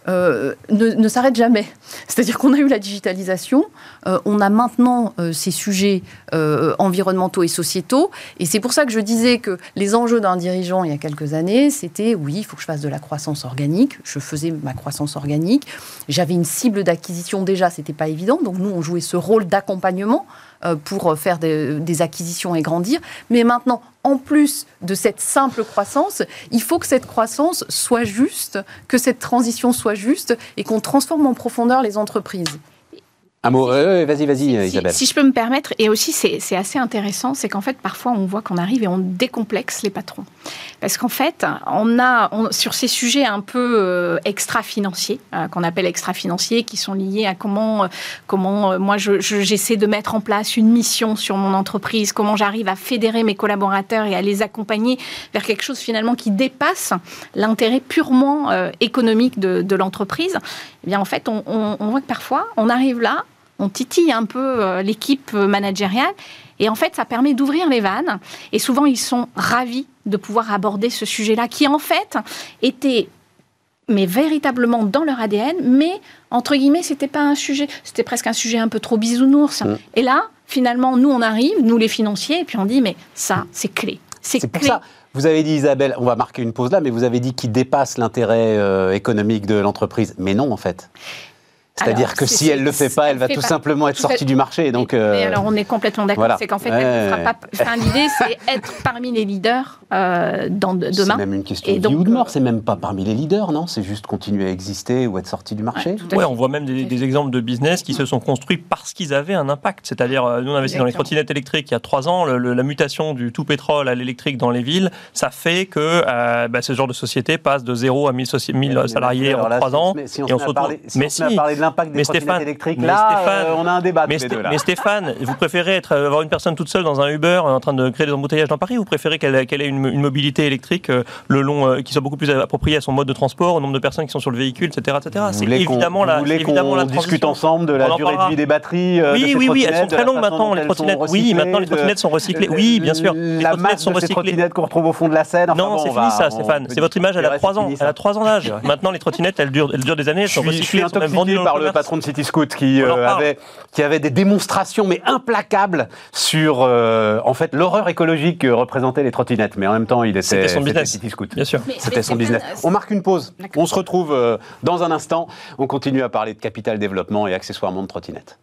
ne s'arrêtent jamais. C'est-à-dire qu'on a eu la digitalisation, on a maintenant ces sujets environnementaux et sociétaux, et c'est pour ça que je disais que les enjeux d'un dirigeant il y a quelques années, c'était, oui, il faut que je fasse de la croissance organique. Je faisais ma croissance organique. J'avais une cible d'acquisition déjà, c'était pas évident. Donc nous, on jouait ce rôle d'accompagnement pour faire des acquisitions et grandir. Mais maintenant, en plus de cette simple croissance, il faut que cette croissance soit juste, que cette transition soit juste et qu'on transforme en profondeur les entreprises. Un mot, vas-y, Isabelle. Si je peux me permettre, et aussi c'est assez intéressant, c'est qu'en fait, parfois, on voit qu'on arrive et on décomplexe les patrons. Parce qu'en fait, sur ces sujets un peu extra-financiers, qu'on appelle extra-financiers, qui sont liés à comment moi, j'essaie de mettre en place une mission sur mon entreprise, comment j'arrive à fédérer mes collaborateurs et à les accompagner vers quelque chose, finalement, qui dépasse l'intérêt purement économique de l'entreprise. Eh bien, en fait, on voit que parfois, on arrive là, on titille un peu l'équipe managériale et en fait, ça permet d'ouvrir les vannes et souvent, ils sont ravis de pouvoir aborder ce sujet-là qui, en fait, était véritablement dans leur ADN, mais, entre guillemets, c'était pas un sujet, c'était presque un sujet un peu trop bisounours. Et là, finalement, nous, on arrive, nous les financiers, et puis on dit, mais ça, c'est clé. C'est pour ça. Vous avez dit, Isabelle, on va marquer une pause là, mais vous avez dit qu'il dépasse l'intérêt économique de l'entreprise. Mais non, en fait. C'est-à-dire que si elle ne le fait pas, elle va tout simplement être sortie du marché. Donc, mais alors, on est complètement d'accord. Voilà. C'est qu'en fait, elle ne fera pas... Enfin, l'idée, c'est être parmi les leaders demain. C'est même une question de vie ou de mort. C'est même pas parmi les leaders, non? C'est juste continuer à exister ou être sorti du marché. Oui, on voit même des exemples de business qui se sont construits parce qu'ils avaient un impact. C'est-à-dire, nous, on investit dans les trottinettes électriques il y a 3 ans. La mutation du tout pétrole à l'électrique dans les villes, ça fait que ce genre de société passe de 0 à 1000 salariés en 3 ans. Si on se met à parler de l'impact des trottinettes électriques, on a un débat. Mais Stéphane, vous préférez avoir une personne toute seule dans un Uber en train de créer des embouteillages dans Paris, ou vous préférez qu'elle ait une mobilité électrique qui soit beaucoup plus appropriée à son mode de transport, au nombre de personnes qui sont sur le véhicule, etc. C'est évidemment la transition. Discute ensemble de la durée de vie des batteries. Oui, elles sont très longues maintenant, les trottinettes. Oui, maintenant les trottinettes sont recyclées. Oui, bien sûr. La masse de ces trottinettes qu'on retrouve au fond de la Seine. Non, c'est fini ça, Stéphane. C'est votre image, elle a 3 ans. Elle a 3 ans d'âge. Maintenant, les trottinettes, elles durent des années, elles sont recyclées, elles sont même vendues par le patron de City Scoot qui avait des démonstrations mais implacables sur en fait l'horreur écologique que représentaient les trottinettes, mais en même temps c'était son business. City Scoot. Bien sûr. C'était son business. On marque une pause. On se retrouve dans un instant. On continue à parler de capital développement et accessoirement de trottinettes.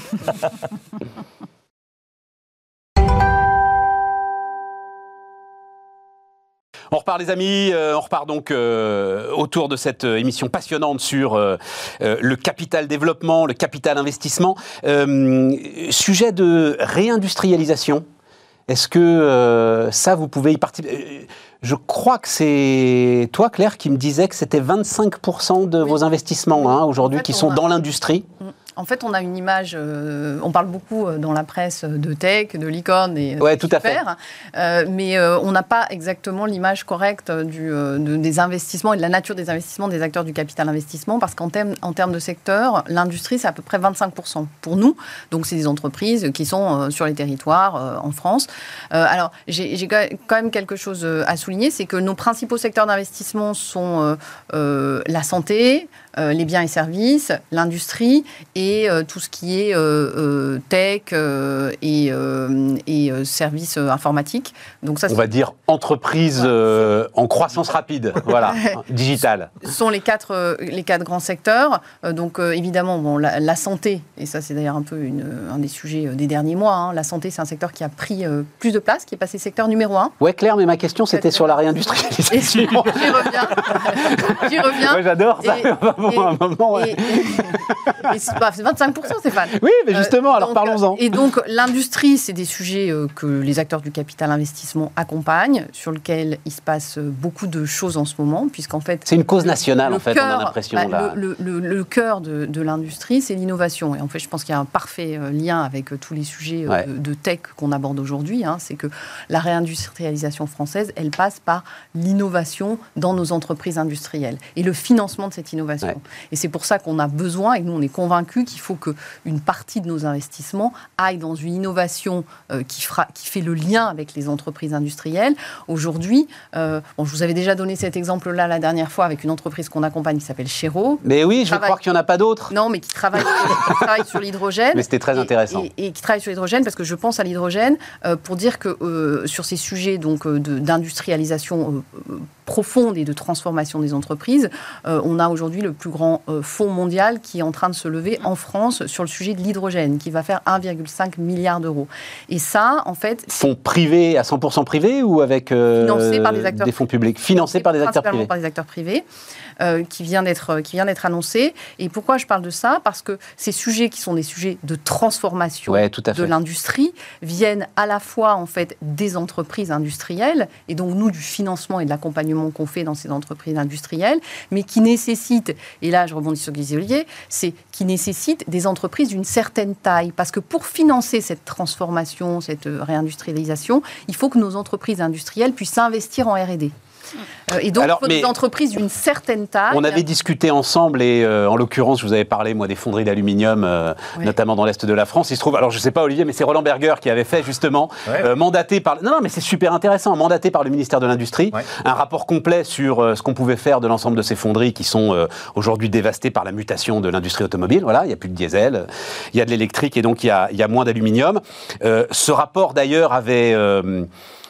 On repart les amis, on repart donc autour de cette émission passionnante sur le capital développement, le capital investissement. Sujet de réindustrialisation, est-ce que ça vous pouvez y participer? Je crois que c'est toi Claire qui me disais que c'était 25% de vos investissements aujourd'hui qui sont dans l'industrie. En fait, on a une image, on parle beaucoup dans la presse de tech, de licorne et tout à fait. Mais on n'a pas exactement l'image correcte des investissements et de la nature des investissements des acteurs du capital investissement, parce qu'en termes de secteur, l'industrie, c'est à peu près 25% pour nous. Donc, c'est des entreprises qui sont sur les territoires en France. Alors, j'ai quand même quelque chose à souligner, c'est que nos principaux secteurs d'investissement sont la santé, les biens et services, l'industrie et tout ce qui est tech et services informatiques. Donc ça, on va dire entreprise en croissance rapide, voilà, digitale. Ce sont les quatre grands secteurs. Donc évidemment, la santé, et ça c'est d'ailleurs un peu un des sujets des derniers mois, la santé c'est un secteur qui a pris plus de place, qui est passé secteur numéro 1. Ouais Claire, mais ma question c'était sur la réindustrialisation. J'y reviens. Ouais, j'adore ça. C'est 25%, Stéphane. Oui, mais justement, alors parlons-en. Et donc, l'industrie, c'est des sujets que les acteurs du capital investissement accompagnent, sur lesquels il se passe beaucoup de choses en ce moment, puisqu'en fait... C'est une cause nationale, en fait, on a l'impression. Le cœur de l'industrie, c'est l'innovation. Et en fait, je pense qu'il y a un parfait lien avec tous les sujets de tech qu'on aborde aujourd'hui. C'est que la réindustrialisation française, elle passe par l'innovation dans nos entreprises industrielles et le financement de cette innovation. Et c'est pour ça qu'on a besoin, et nous on est convaincus qu'il faut qu'une partie de nos investissements aille dans une innovation qui fait le lien avec les entreprises industrielles. Aujourd'hui, je vous avais déjà donné cet exemple-là la dernière fois avec une entreprise qu'on accompagne qui s'appelle Chero. Mais oui, je crois qu'il n'y en a pas d'autres. Non, mais qui travaille sur l'hydrogène. Mais c'était très intéressant. Et qui travaille sur l'hydrogène, parce que je pense à l'hydrogène pour dire que sur ces sujets d'industrialisation profonde et de transformation des entreprises, on a aujourd'hui le plus grand fonds mondial qui est en train de se lever en France sur le sujet de l'hydrogène, qui va faire 1,5 milliard d'euros. Et ça, en fait... Fonds privés, à 100% privés ou avec des fonds publics? Financés par des acteurs privés. Par des acteurs privés. Qui vient d'être annoncé. Et pourquoi je parle de ça? Parce que ces sujets qui sont des sujets de transformation de l'industrie viennent à la fois en fait des entreprises industrielles et donc nous du financement et de l'accompagnement qu'on fait dans ces entreprises industrielles, mais qui nécessitent, et là je rebondis sur ce que disait Olivier, c'est qui nécessitent des entreprises d'une certaine taille, parce que pour financer cette transformation, cette réindustrialisation, il faut que nos entreprises industrielles puissent investir en R&D. Et donc, il faut des entreprises d'une certaine taille. On avait discuté ensemble et en l'occurrence, je vous avais parlé, moi, des fonderies d'aluminium, notamment dans l'Est de la France. Il se trouve, alors je ne sais pas, Olivier, mais c'est Roland Berger qui avait fait justement, mandaté par... Non, mais c'est super intéressant, mandaté par le ministère de l'Industrie, un rapport complet sur ce qu'on pouvait faire de l'ensemble de ces fonderies qui sont aujourd'hui dévastées par la mutation de l'industrie automobile. Voilà, il n'y a plus de diesel, il y a de l'électrique et donc il y a moins d'aluminium. Ce rapport, d'ailleurs, avait...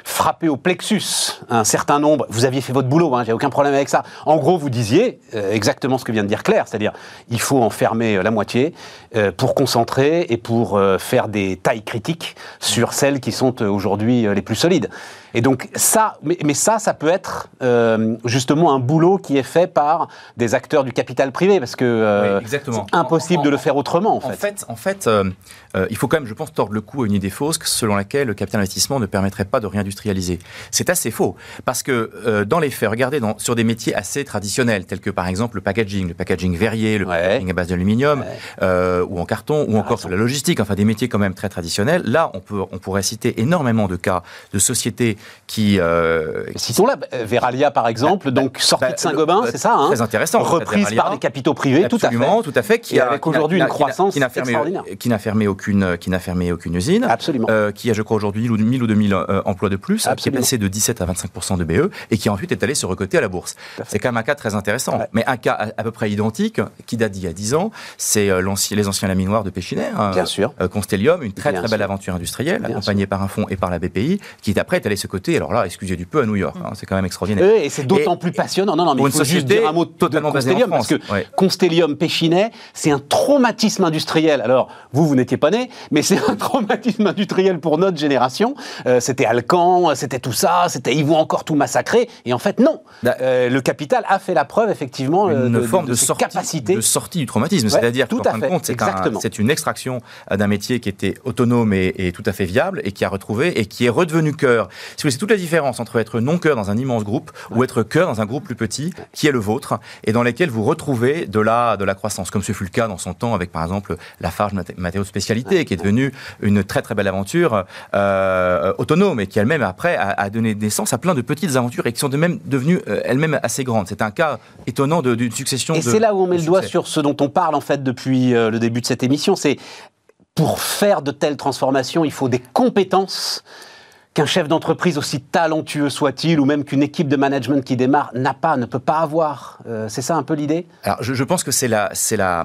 frappé au plexus un certain nombre. Vous aviez fait votre boulot, j'ai aucun problème avec ça. En gros, vous disiez exactement ce que vient de dire Claire, c'est-à-dire il faut en fermer la moitié pour concentrer et pour faire des tailles critiques sur celles qui sont aujourd'hui les plus solides. Et donc ça, mais ça peut être justement un boulot qui est fait par des acteurs du capital privé, parce que c'est impossible de le faire autrement, en fait. Il faut quand même, je pense, tordre le cou à une idée fausse selon laquelle le capital investissement ne permettrait pas de réindustrialiser. C'est assez faux, parce que dans les faits, regardez sur des métiers assez traditionnels, tels que par exemple le packaging verrier, le packaging à base d'aluminium, ou en carton, ou encore sur la logistique, enfin des métiers quand même très traditionnels. Là, on pourrait citer énormément de cas de sociétés qui... Citons-là, Verallia par exemple, donc sortie de Saint-Gobain, c'est ça, très intéressant. Reprise par des capitaux privés, absolument, tout à fait, qui a aujourd'hui une croissance extraordinaire. Qui n'a fermé aucune usine, absolument. Qui a, je crois, aujourd'hui 1000 ou 2000 emplois de plus, absolument. Qui est passé de 17 à 25% de BE, et qui ensuite est allé se recoter à la bourse. C'est quand même un cas très intéressant. Mais un cas à peu près identique, qui date d'il y a 10 ans, c'est les anciens laminoirs de Péchiner, Constellium, une très belle aventure industrielle, accompagnée par un fonds et par la BPI, qui est après allé se coter, alors là, excusez du peu, à New York. C'est quand même extraordinaire. Et c'est d'autant plus passionnant. Non, mais il faut juste dire un mot totalement Constellium, parce que Constellium, Péchinet, c'est un traumatisme industriel. Alors, vous n'étiez pas né, mais c'est un traumatisme industriel pour notre génération. C'était Alcan, c'était tout ça, ils vont encore tout massacrer. Et en fait, non. Le capital a fait la preuve, effectivement, une forme de sortie du traumatisme. C'est-à-dire qu'en fin de compte, c'est une extraction d'un métier qui était autonome et tout à fait viable, et qui a retrouvé, et qui est redevenu cœur. C'est toute la différence entre être non-cœur dans un immense groupe ou être cœur dans un groupe plus petit, qui est le vôtre, et dans lequel vous retrouvez de la croissance, comme ce fut le cas dans son temps avec, par exemple, Lafarge Matériaux de Spécialité, qui est devenue une très très belle aventure autonome, et qui elle-même, après, a donné naissance à plein de petites aventures, et qui sont même devenues elles-mêmes assez grandes. C'est un cas étonnant d'une succession de... Et c'est là où on met le doigt sur ce dont on parle, en fait, depuis le début de cette émission, c'est pour faire de telles transformations, il faut des compétences qu'un chef d'entreprise, aussi talentueux soit-il, ou même qu'une équipe de management qui démarre, ne peut pas avoir. C'est ça un peu l'idée ? Alors, je pense que c'est la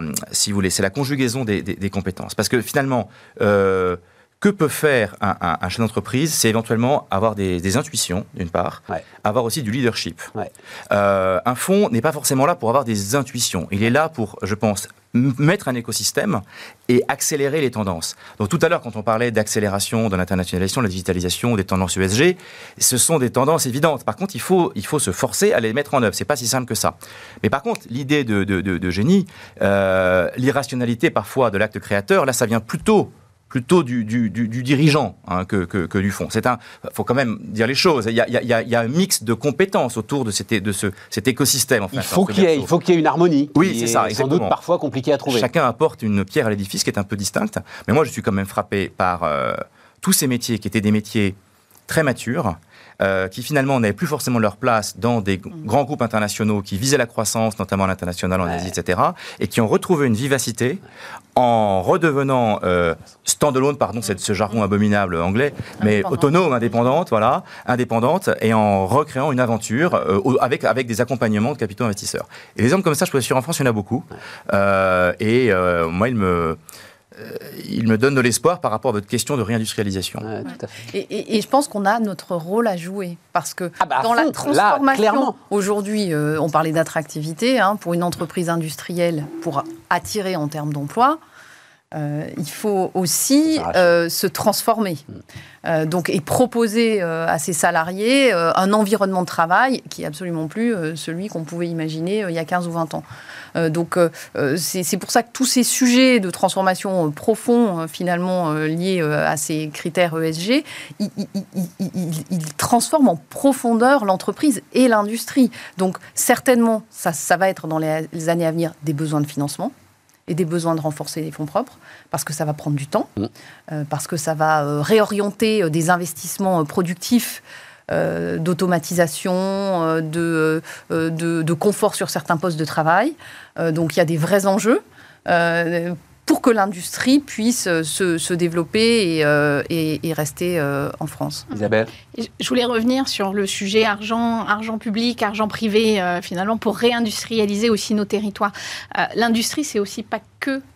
conjugaison des compétences. Parce que finalement, que peut faire un chef d'entreprise ? C'est éventuellement avoir des intuitions, d'une part, avoir aussi du leadership. Un fonds n'est pas forcément là pour avoir des intuitions. Il est là pour, je pense, mettre un écosystème et accélérer les tendances. Donc tout à l'heure, quand on parlait d'accélération, de l'internationalisation, de la digitalisation, des tendances ESG, ce sont des tendances évidentes. Par contre, il faut se forcer à les mettre en œuvre. C'est pas si simple que ça. Mais par contre, l'idée de génie, l'irrationalité parfois de l'acte créateur, là, ça vient plutôt du dirigeant que du fond. Faut quand même dire les choses. Il y a un mix de compétences autour de cet écosystème. Enfin, il faut qu'il y ait une harmonie. Oui, c'est ça. Sans doute parfois compliqué à trouver. Chacun apporte une pierre à l'édifice qui est un peu distincte. Mais moi, je suis quand même frappé par tous ces métiers qui étaient des métiers très matures, qui finalement n'avaient plus forcément leur place dans des grands groupes internationaux qui visaient la croissance, notamment à l'international, en Asie, etc., et qui ont retrouvé une vivacité en redevenant standalone, pardon, c'est ce jargon abominable anglais, mais autonome, indépendante, et en recréant une aventure avec des accompagnements de capitaux investisseurs. Et des exemples comme ça, je peux assurer, en France, il y en a beaucoup. Moi, il me donne de l'espoir par rapport à votre question de réindustrialisation. Tout à fait. Et je pense qu'on a notre rôle à jouer. Parce que dans la transformation, aujourd'hui, on parlait d'attractivité, pour une entreprise industrielle, pour attirer en termes d'emploi, il faut aussi se transformer. Et proposer à ses salariés un environnement de travail qui n'est absolument plus celui qu'on pouvait imaginer il y a 15 ou 20 ans. C'est pour ça que tous ces sujets de transformation profonds, finalement, liés à ces critères ESG, ils transforment en profondeur l'entreprise et l'industrie. Donc, certainement, ça va être dans les années à venir des besoins de financement et des besoins de renforcer les fonds propres, parce que ça va prendre du temps, parce que ça va réorienter des investissements productifs, d'automatisation, de confort sur certains postes de travail. Donc il y a des vrais enjeux pour que l'industrie puisse se développer et rester en France. Isabelle ? Je voulais revenir sur le sujet argent public, argent privé, finalement, pour réindustrialiser aussi nos territoires. L'industrie, c'est aussi pas que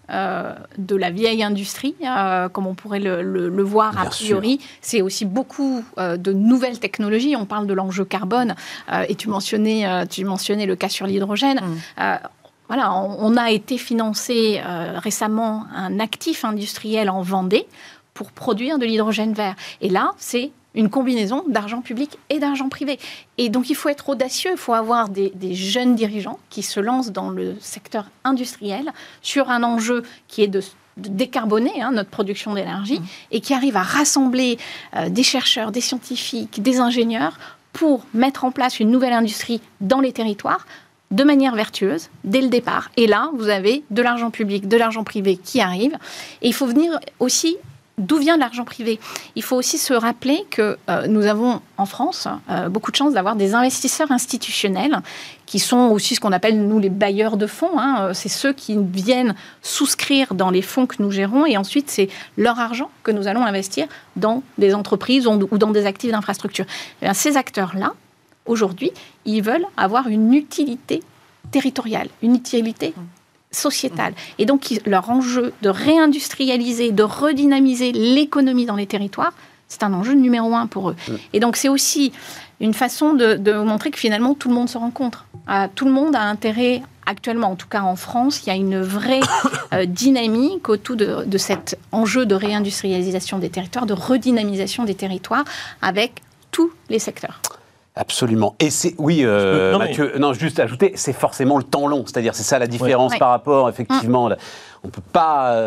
de la vieille industrie, comme on pourrait le voir Bien a priori. sûr. C'est aussi beaucoup de nouvelles technologies. On parle de l'enjeu carbone, et tu mentionnais le cas sur l'hydrogène. Voilà, on a été financé récemment un actif industriel en Vendée pour produire de l'hydrogène vert. Et là, c'est une combinaison d'argent public et d'argent privé. Et donc, il faut être audacieux, il faut avoir des jeunes dirigeants qui se lancent dans le secteur industriel sur un enjeu qui est de décarboner notre production d'énergie et qui arrivent à rassembler des chercheurs, des scientifiques, des ingénieurs pour mettre en place une nouvelle industrie dans les territoires de manière vertueuse, dès le départ. Et là, vous avez de l'argent public, de l'argent privé qui arrive. Et il faut venir aussi d'où vient l'argent privé. Il faut aussi se rappeler que nous avons en France beaucoup de chance d'avoir des investisseurs institutionnels qui sont aussi ce qu'on appelle, nous, les bailleurs de fonds. C'est ceux qui viennent souscrire dans les fonds que nous gérons et ensuite, c'est leur argent que nous allons investir dans des entreprises ou dans des actifs d'infrastructure. Et bien, ces acteurs-là, aujourd'hui, ils veulent avoir une utilité territoriale, une utilité sociétale. Et donc, leur enjeu de réindustrialiser, de redynamiser l'économie dans les territoires, c'est un enjeu numéro 1 pour eux. Et donc, c'est aussi une façon de montrer que finalement, tout le monde se rencontre. Tout le monde a intérêt, actuellement, en tout cas en France, il y a une vraie dynamique autour de cet enjeu de réindustrialisation des territoires, de redynamisation des territoires avec tous les secteurs. Absolument. Et c'est, oui, Mathieu, juste ajouter, c'est forcément le temps long. C'est-à-dire, c'est ça la différence par rapport, effectivement, on ne peut pas,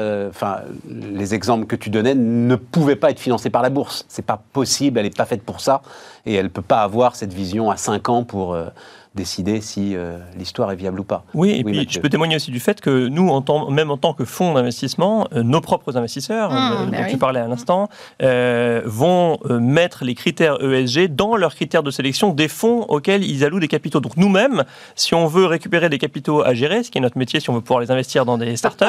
les exemples que tu donnais ne pouvaient pas être financés par la bourse. C'est pas possible, elle n'est pas faite pour ça. Et elle ne peut pas avoir cette vision à 5 ans pour décider si l'histoire est viable ou pas. Oui, et puis Mathieu. Je peux témoigner aussi du fait que nous, même en tant que fonds d'investissement, nos propres investisseurs, dont tu parlais à l'instant, vont mettre les critères ESG dans leurs critères de sélection des fonds auxquels ils allouent des capitaux. Donc nous-mêmes, si on veut récupérer des capitaux à gérer, ce qui est notre métier, si on veut pouvoir les investir dans des startups,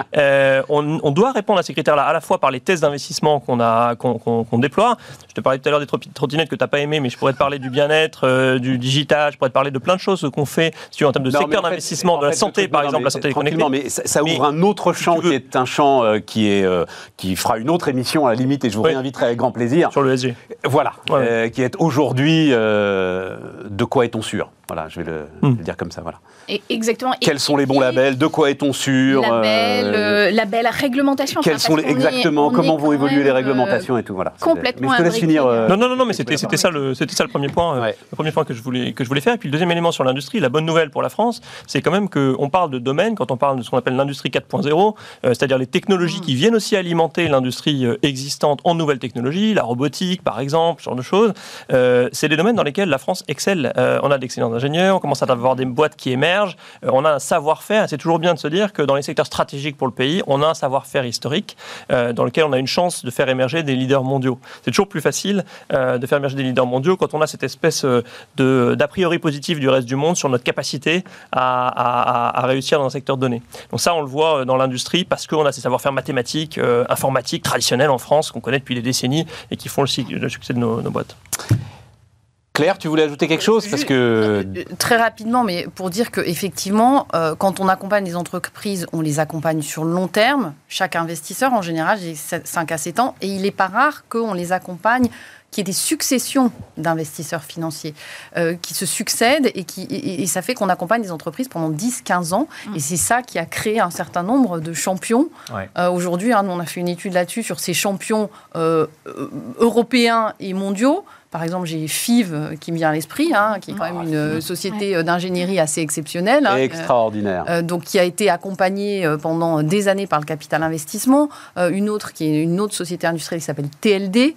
on doit répondre à ces critères-là, à la fois par les tests d'investissement qu'on déploie. Je te parlais tout à l'heure des trottinettes que tu n'as pas aimées, mais je pourrais te parler du bien-être, du digital, je pourrais te parler de plein de choses qu'on fait en termes de secteur d'investissement, de la santé, par exemple, la santé connectée. Mais ça ouvre un autre champ qui est un champ qui fera une autre émission à la limite, et je vous réinviterai avec grand plaisir. Sur le ESG. Voilà, qui est aujourd'hui de quoi est-on sûr ? Voilà, je vais le dire comme ça. Voilà. Exactement. Quels sont les bons labels ? De quoi est-on sûr ? Label, réglementation. Exactement, comment vont évoluer les réglementations et tout. Voilà. Complètement. Mais je te laisse finir. Non, mais c'était ça le premier point. Le premier point que je voulais faire. Et puis le deuxième élément sur l'industrie, la bonne nouvelle pour la France, c'est quand même qu'on parle de domaine, quand on parle de ce qu'on appelle l'industrie 4.0, c'est-à-dire les technologies qui viennent aussi alimenter l'industrie existante en nouvelles technologies, la robotique par exemple, ce genre de choses. C'est des domaines dans lesquels la France excelle. On a d'excellents ingénieurs, on commence à avoir des boîtes qui émergent, on a un savoir-faire. C'est toujours bien de se dire que dans les secteurs stratégiques pour le pays, on a un savoir-faire historique dans lequel on a une chance de faire émerger des leaders mondiaux. C'est toujours plus facile de faire émerger des leaders mondiaux quand on a cette espèce d'a priori positif du reste du monde sur notre capacité à réussir dans un secteur donné. Donc ça, on le voit dans l'industrie parce qu'on a ces savoir-faire mathématiques, informatiques, traditionnels en France, qu'on connaît depuis des décennies et qui font le succès de nos boîtes. Claire, tu voulais ajouter quelque chose parce que... Très rapidement, mais pour dire qu'effectivement, quand on accompagne les entreprises, on les accompagne sur le long terme. Chaque investisseur, en général, j'ai 5 à 7 ans, et il n'est pas rare qu'on les accompagne, qu'il y ait des successions d'investisseurs financiers qui se succèdent et ça fait qu'on accompagne des entreprises pendant 10-15 ans. Et c'est ça qui a créé un certain nombre de champions. Aujourd'hui, nous, on a fait une étude là-dessus sur ces champions européens et mondiaux. Par exemple, j'ai FIV qui me vient à l'esprit, qui est quand même une société d'ingénierie assez exceptionnelle. Extraordinaire. Donc, qui a été accompagnée pendant des années par le capital investissement. Une autre qui est une autre société industrielle qui s'appelle TLD,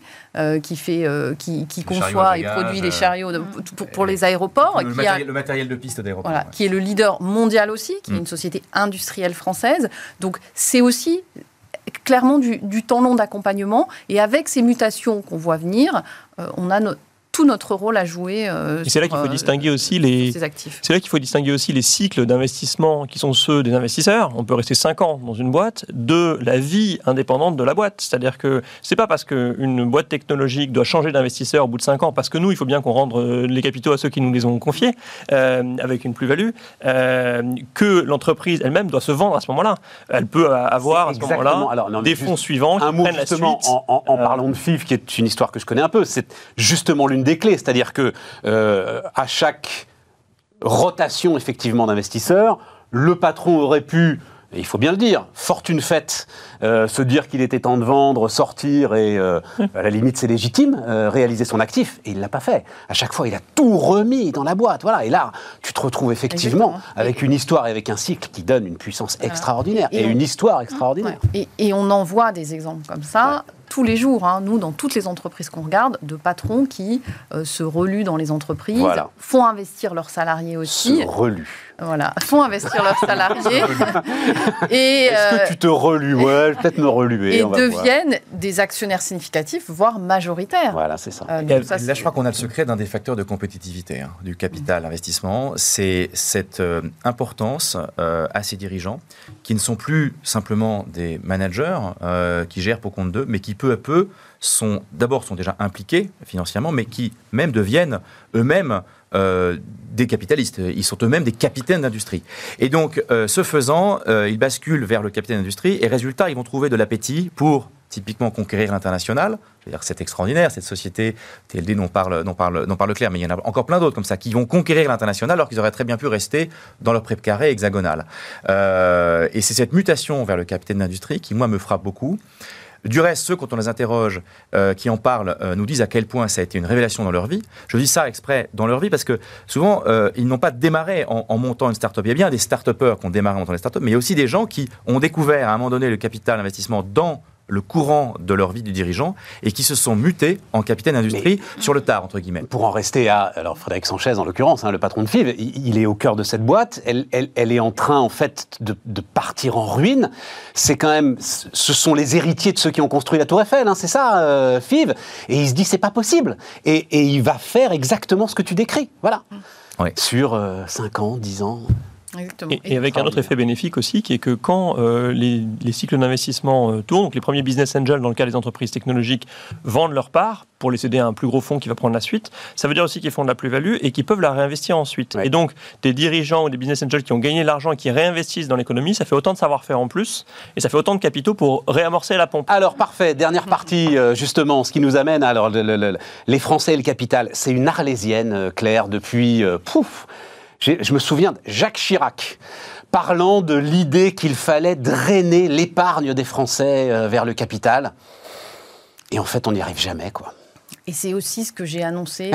qui conçoit et produit les chariots pour les aéroports. Le matériel de piste d'aéroport. Voilà, qui est le leader mondial aussi, qui est une société industrielle française. Donc, c'est aussi clairement du temps long d'accompagnement. Et avec ces mutations qu'on voit venir, on a tout notre rôle à jouer. Et c'est là qu'il faut distinguer aussi ces actifs. C'est là qu'il faut distinguer aussi les cycles d'investissement qui sont ceux des investisseurs. On peut rester 5 ans dans une boîte, de la vie indépendante de la boîte. C'est-à-dire que c'est pas parce qu'une boîte technologique doit changer d'investisseur au bout de 5 ans, parce que nous, il faut bien qu'on rende les capitaux à ceux qui nous les ont confiés, avec une plus-value, que l'entreprise elle-même doit se vendre à ce moment-là. Elle peut avoir à ce moment-là des fonds suivants qui prennent la suite. En parlant de FIV, qui est une histoire que je connais un peu, c'est justement l'une des clés, c'est-à-dire que à chaque rotation effectivement d'investisseurs, le patron aurait pu, et il faut bien le dire, fortune faite, se dire qu'il était temps de vendre, sortir et à la limite c'est légitime, réaliser son actif, et il ne l'a pas fait. À chaque fois il a tout remis dans la boîte, voilà. Et là tu te retrouves effectivement avec une histoire et avec un cycle qui donne une puissance extraordinaire et une histoire extraordinaire. Et on en voit des exemples comme ça. Tous les jours, nous, dans toutes les entreprises qu'on regarde, de patrons qui se reluent dans les entreprises, font investir leurs salariés aussi. Se reluent. Voilà, font investir leurs salariés. Est-ce que tu te relues? Ouais, peut-être me reluer. Et deviennent des actionnaires significatifs, voire majoritaires. Voilà, c'est ça. Là, je crois qu'on a le secret d'un des facteurs de compétitivité du capital investissement. C'est cette importance à ces dirigeants qui ne sont plus simplement des managers qui gèrent pour compte d'eux, mais qui peu à peu sont déjà impliqués financièrement, mais qui même deviennent eux-mêmes des capitalistes. Ils sont eux-mêmes des capitaines d'industrie. Et donc, ce faisant, ils basculent vers le capitaine d'industrie et résultat, ils vont trouver de l'appétit pour typiquement conquérir l'international. Je veux dire que c'est extraordinaire, cette société TLD dont parle Claire, mais il y en a encore plein d'autres comme ça, qui vont conquérir l'international alors qu'ils auraient très bien pu rester dans leur pré carré hexagonal. Et c'est cette mutation vers le capitaine d'industrie qui, moi, me frappe beaucoup. Du reste, ceux, quand on les interroge, qui en parlent, nous disent à quel point ça a été une révélation dans leur vie. Je dis ça exprès dans leur vie parce que souvent, ils n'ont pas démarré en montant une start-up. Il y a bien des start-upers qui ont démarré en montant des start-up, mais il y a aussi des gens qui ont découvert à un moment donné le capital investissement dans le courant de leur vie du dirigeant et qui se sont mutés en capitaine d'industrie sur le tard, entre guillemets. Pour en rester à Frédéric Sanchez, en l'occurrence, le patron de FIV, il est au cœur de cette boîte, elle est en train, en fait, de partir en ruine. C'est quand même, ce sont les héritiers de ceux qui ont construit la Tour Eiffel, c'est ça, FIV. Et il se dit, c'est pas possible. Et il va faire exactement ce que tu décris, voilà. Oui. Sur 5 ans, 10 ans... Et avec un autre effet bénéfique aussi, qui est que quand les cycles d'investissement tournent, donc les premiers business angels dans le cas des entreprises technologiques vendent leur part pour les céder à un plus gros fonds qui va prendre la suite, ça veut dire aussi qu'ils font de la plus-value et qu'ils peuvent la réinvestir ensuite. Ouais. Et donc, des dirigeants ou des business angels qui ont gagné de l'argent et qui réinvestissent dans l'économie, ça fait autant de savoir-faire en plus et ça fait autant de capitaux pour réamorcer la pompe. Alors, parfait. Dernière partie, justement, ce qui nous amène, alors, les Français et le capital. C'est une arlésienne, Claire, depuis... Je me souviens de Jacques Chirac parlant de l'idée qu'il fallait drainer l'épargne des Français vers le capital. Et en fait, on n'y arrive jamais, quoi. Et c'est aussi ce que j'ai annoncé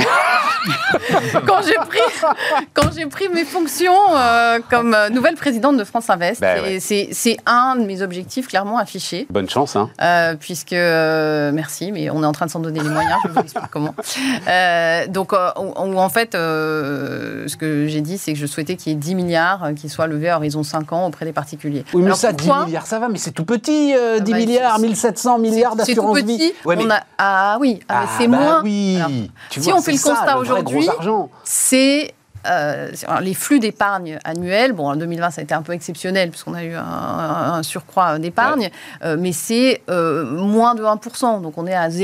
quand j'ai pris mes fonctions comme nouvelle présidente de France Invest. Ouais. C'est un de mes objectifs clairement affichés. Bonne chance. Puisque, merci, mais on est en train de s'en donner les moyens, je vais vous expliquer comment. Donc, en fait, ce que j'ai dit, c'est que je souhaitais qu'il y ait 10 milliards qui soient levés à horizon 5 ans auprès des particuliers. Oui, mais alors, ça, 10 milliards, ça va, mais c'est tout petit, 10 milliards, 1700 milliards d'assurance vie. C'est tout petit. Ouais, ah oui, c'est moins. Oui. Alors, si on fait le constat aujourd'hui, c'est les flux d'épargne annuels. Bon, en 2020, ça a été un peu exceptionnel puisqu'on a eu un surcroît d'épargne, mais c'est moins de 1%. Donc, on est à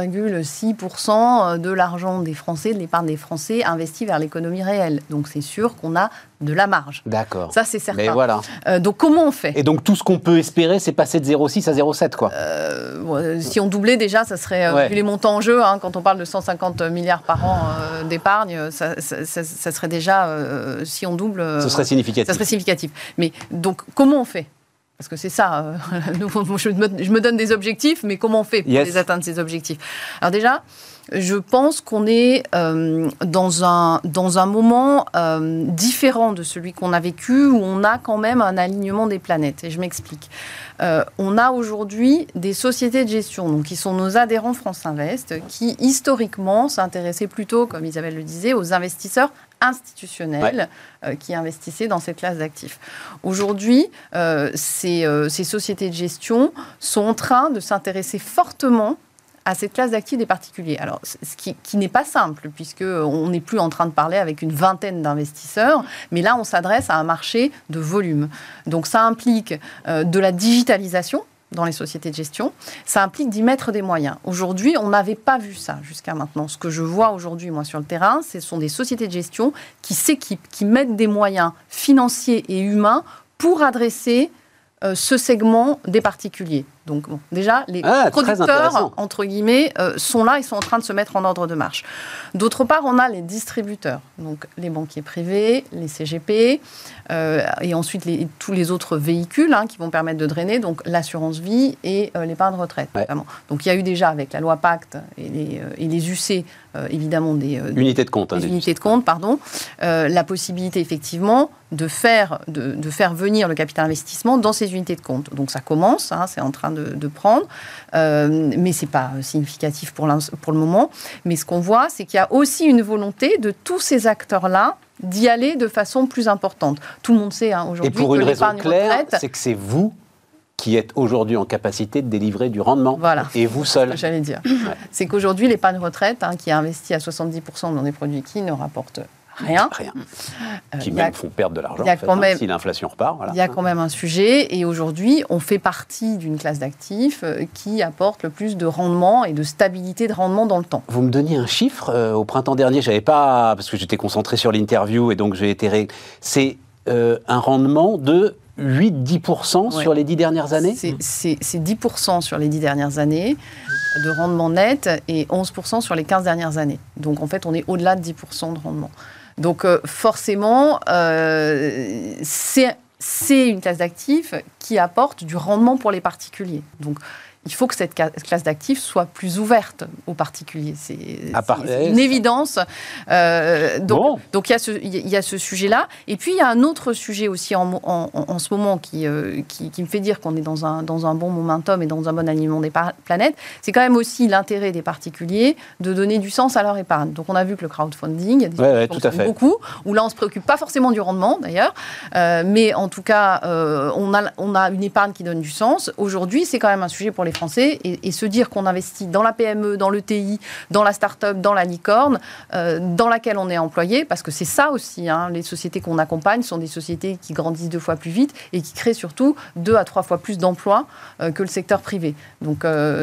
0,6% de l'argent des Français, de l'épargne des Français investie vers l'économie réelle. Donc, c'est sûr qu'on a de la marge. D'accord. Ça, c'est certain. Mais voilà. Donc, comment on fait ? Et donc, tout ce qu'on peut espérer, c'est passer de 0,6 à 0,7, quoi. Si on doublait déjà, ça serait, vu les montants en jeu, quand on parle de 150 milliards par an d'épargne, ça serait déjà, si on double... ce serait significatif. Ça serait significatif. Mais donc, comment on fait ? Parce que c'est ça, je me donne des objectifs, mais comment on fait pour les atteindre, ces objectifs ? Alors déjà, je pense qu'on est dans un moment différent de celui qu'on a vécu, où on a quand même un alignement des planètes. Et je m'explique. On a aujourd'hui des sociétés de gestion, donc qui sont nos adhérents France Invest, qui historiquement s'intéressaient plutôt, comme Isabelle le disait, aux investisseurs institutionnels qui investissaient dans cette classe d'actifs. Aujourd'hui, ces sociétés de gestion sont en train de s'intéresser fortement à cette classe d'actifs des particuliers. Alors, ce qui n'est pas simple, puisqu'on n'est plus en train de parler avec une vingtaine d'investisseurs, mais là, on s'adresse à un marché de volume. Donc, ça implique de la digitalisation dans les sociétés de gestion, ça implique d'y mettre des moyens. Aujourd'hui, on n'avait pas vu ça jusqu'à maintenant. Ce que je vois aujourd'hui, moi, sur le terrain, ce sont des sociétés de gestion qui s'équipent, qui mettent des moyens financiers et humains pour adresser ce segment des particuliers. Donc, bon, déjà, les producteurs, entre guillemets, sont là, ils sont en train de se mettre en ordre de marche. D'autre part, on a les distributeurs, donc les banquiers privés, les CGP, et ensuite tous les autres véhicules qui vont permettre de drainer, donc l'assurance vie et l'épargne retraite, notamment. Donc, il y a eu déjà, avec la loi Pacte et les UC, évidemment, des unités de compte. Des unités de compte, pardon, la possibilité, effectivement, de faire venir le capital investissement dans ces unités de compte. Donc, ça commence, c'est en train de prendre, mais ce n'est pas significatif pour le moment. Mais ce qu'on voit, c'est qu'il y a aussi une volonté de tous ces acteurs-là d'y aller de façon plus importante. Tout le monde sait aujourd'hui que l'épargne retraite... Et pour une raison claire, c'est que c'est vous qui êtes aujourd'hui en capacité de délivrer du rendement. Voilà. Et vous seul. J'allais dire. C'est qu'aujourd'hui, l'épargne retraite, qui est investie à 70% dans des produits qui ne rapportent rien. Qui même font perdre de l'argent, si l'inflation repart. Voilà. Il y a quand même un sujet, et aujourd'hui, on fait partie d'une classe d'actifs qui apporte le plus de rendement et de stabilité de rendement dans le temps. Vous me donniez un chiffre, au printemps dernier, j'avais pas, parce que j'étais concentré sur l'interview, et donc j'ai été... C'est un rendement de 8-10% sur les 10 dernières années. C'est 10% sur les 10 dernières années de rendement net, et 11% sur les 15 dernières années. Donc en fait, on est au-delà de 10% de rendement. Donc forcément, c'est une classe d'actifs qui apporte du rendement pour les particuliers. Donc il faut que cette classe d'actifs soit plus ouverte aux particuliers. C'est une évidence. Donc il y a ce sujet-là. Et puis il y a un autre sujet aussi en ce moment qui me fait dire qu'on est dans un bon momentum et dans un bon alignement des planètes. C'est quand même aussi l'intérêt des particuliers de donner du sens à leur épargne. Donc on a vu que le crowdfunding, il y a des tout à fait. beaucoup, où là on ne se préoccupe pas forcément du rendement d'ailleurs, mais en tout cas on a une épargne qui donne du sens. Aujourd'hui, c'est quand même un sujet pour les Français, et se dire qu'on investit dans la PME, dans l'ETI, dans la start-up, dans la licorne, dans laquelle on est employé, parce que c'est ça aussi, les sociétés qu'on accompagne sont des sociétés qui grandissent 2 fois plus vite et qui créent surtout 2 à 3 fois plus d'emplois que le secteur privé. Donc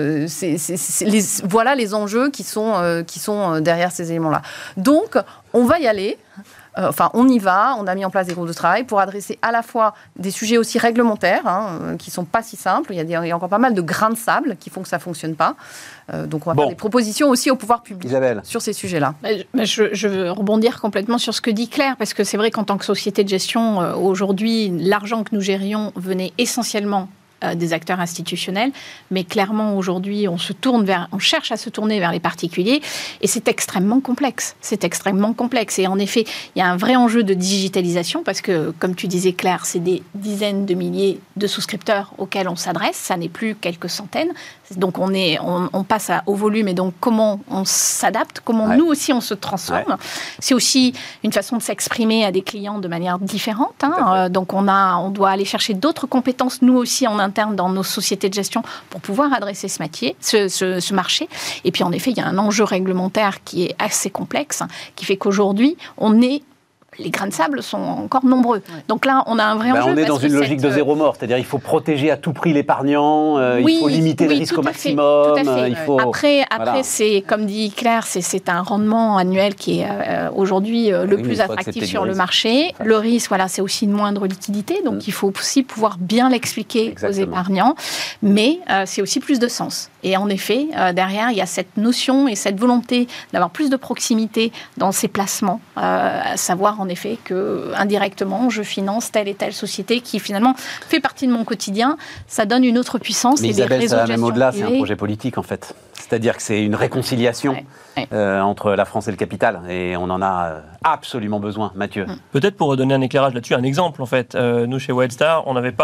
voilà les enjeux qui sont derrière ces éléments-là. Donc on va y aller. On y va, on a mis en place des groupes de travail pour adresser à la fois des sujets aussi réglementaires, qui ne sont pas si simples. Il y a encore pas mal de grains de sable qui font que ça ne fonctionne pas. Donc on va faire des propositions aussi au pouvoir public sur ces sujets-là. Je veux rebondir complètement sur ce que dit Claire, parce que c'est vrai qu'en tant que société de gestion, aujourd'hui, l'argent que nous gérions venait essentiellement des acteurs institutionnels, mais clairement aujourd'hui on cherche à se tourner vers les particuliers, et c'est extrêmement complexe. Et en effet, il y a un vrai enjeu de digitalisation, parce que, comme tu disais Claire, c'est des dizaines de milliers de souscripteurs auxquels on s'adresse, ça n'est plus quelques centaines. Donc on passe au volume, et donc comment on s'adapte, comment nous aussi on se transforme. C'est aussi une façon de s'exprimer à des clients de manière différente. Donc on doit aller chercher d'autres compétences, nous aussi en interne dans nos sociétés de gestion, pour pouvoir adresser ce marché. Et puis en effet, il y a un enjeu réglementaire qui est assez complexe, qui fait qu'aujourd'hui, les grains de sable sont encore nombreux. Donc là, on a un vrai enjeu. On est dans une logique de zéro mort, c'est-à-dire il faut protéger à tout prix l'épargnant, il faut limiter le risque au maximum. Tout à fait. Après, c'est, comme dit Claire, c'est un rendement annuel qui est aujourd'hui le plus attractif sur le marché. Le risque, c'est aussi une moindre liquidité, donc il faut aussi pouvoir bien l'expliquer aux épargnants, mais c'est aussi plus de sens. Et en effet, derrière, il y a cette notion et cette volonté d'avoir plus de proximité dans ces placements, à savoir en effet que indirectement, je finance telle et telle société qui finalement fait partie de mon quotidien. Ça donne une autre puissance. Mais Isabelle, ça va même au-delà, c'est un projet politique en fait. C'est-à-dire que c'est une réconciliation entre la France et le capital, et on en a absolument besoin. Mathieu. Peut-être pour donner un éclairage là-dessus, un exemple en fait. Nous chez Wildstar, on n'avait pas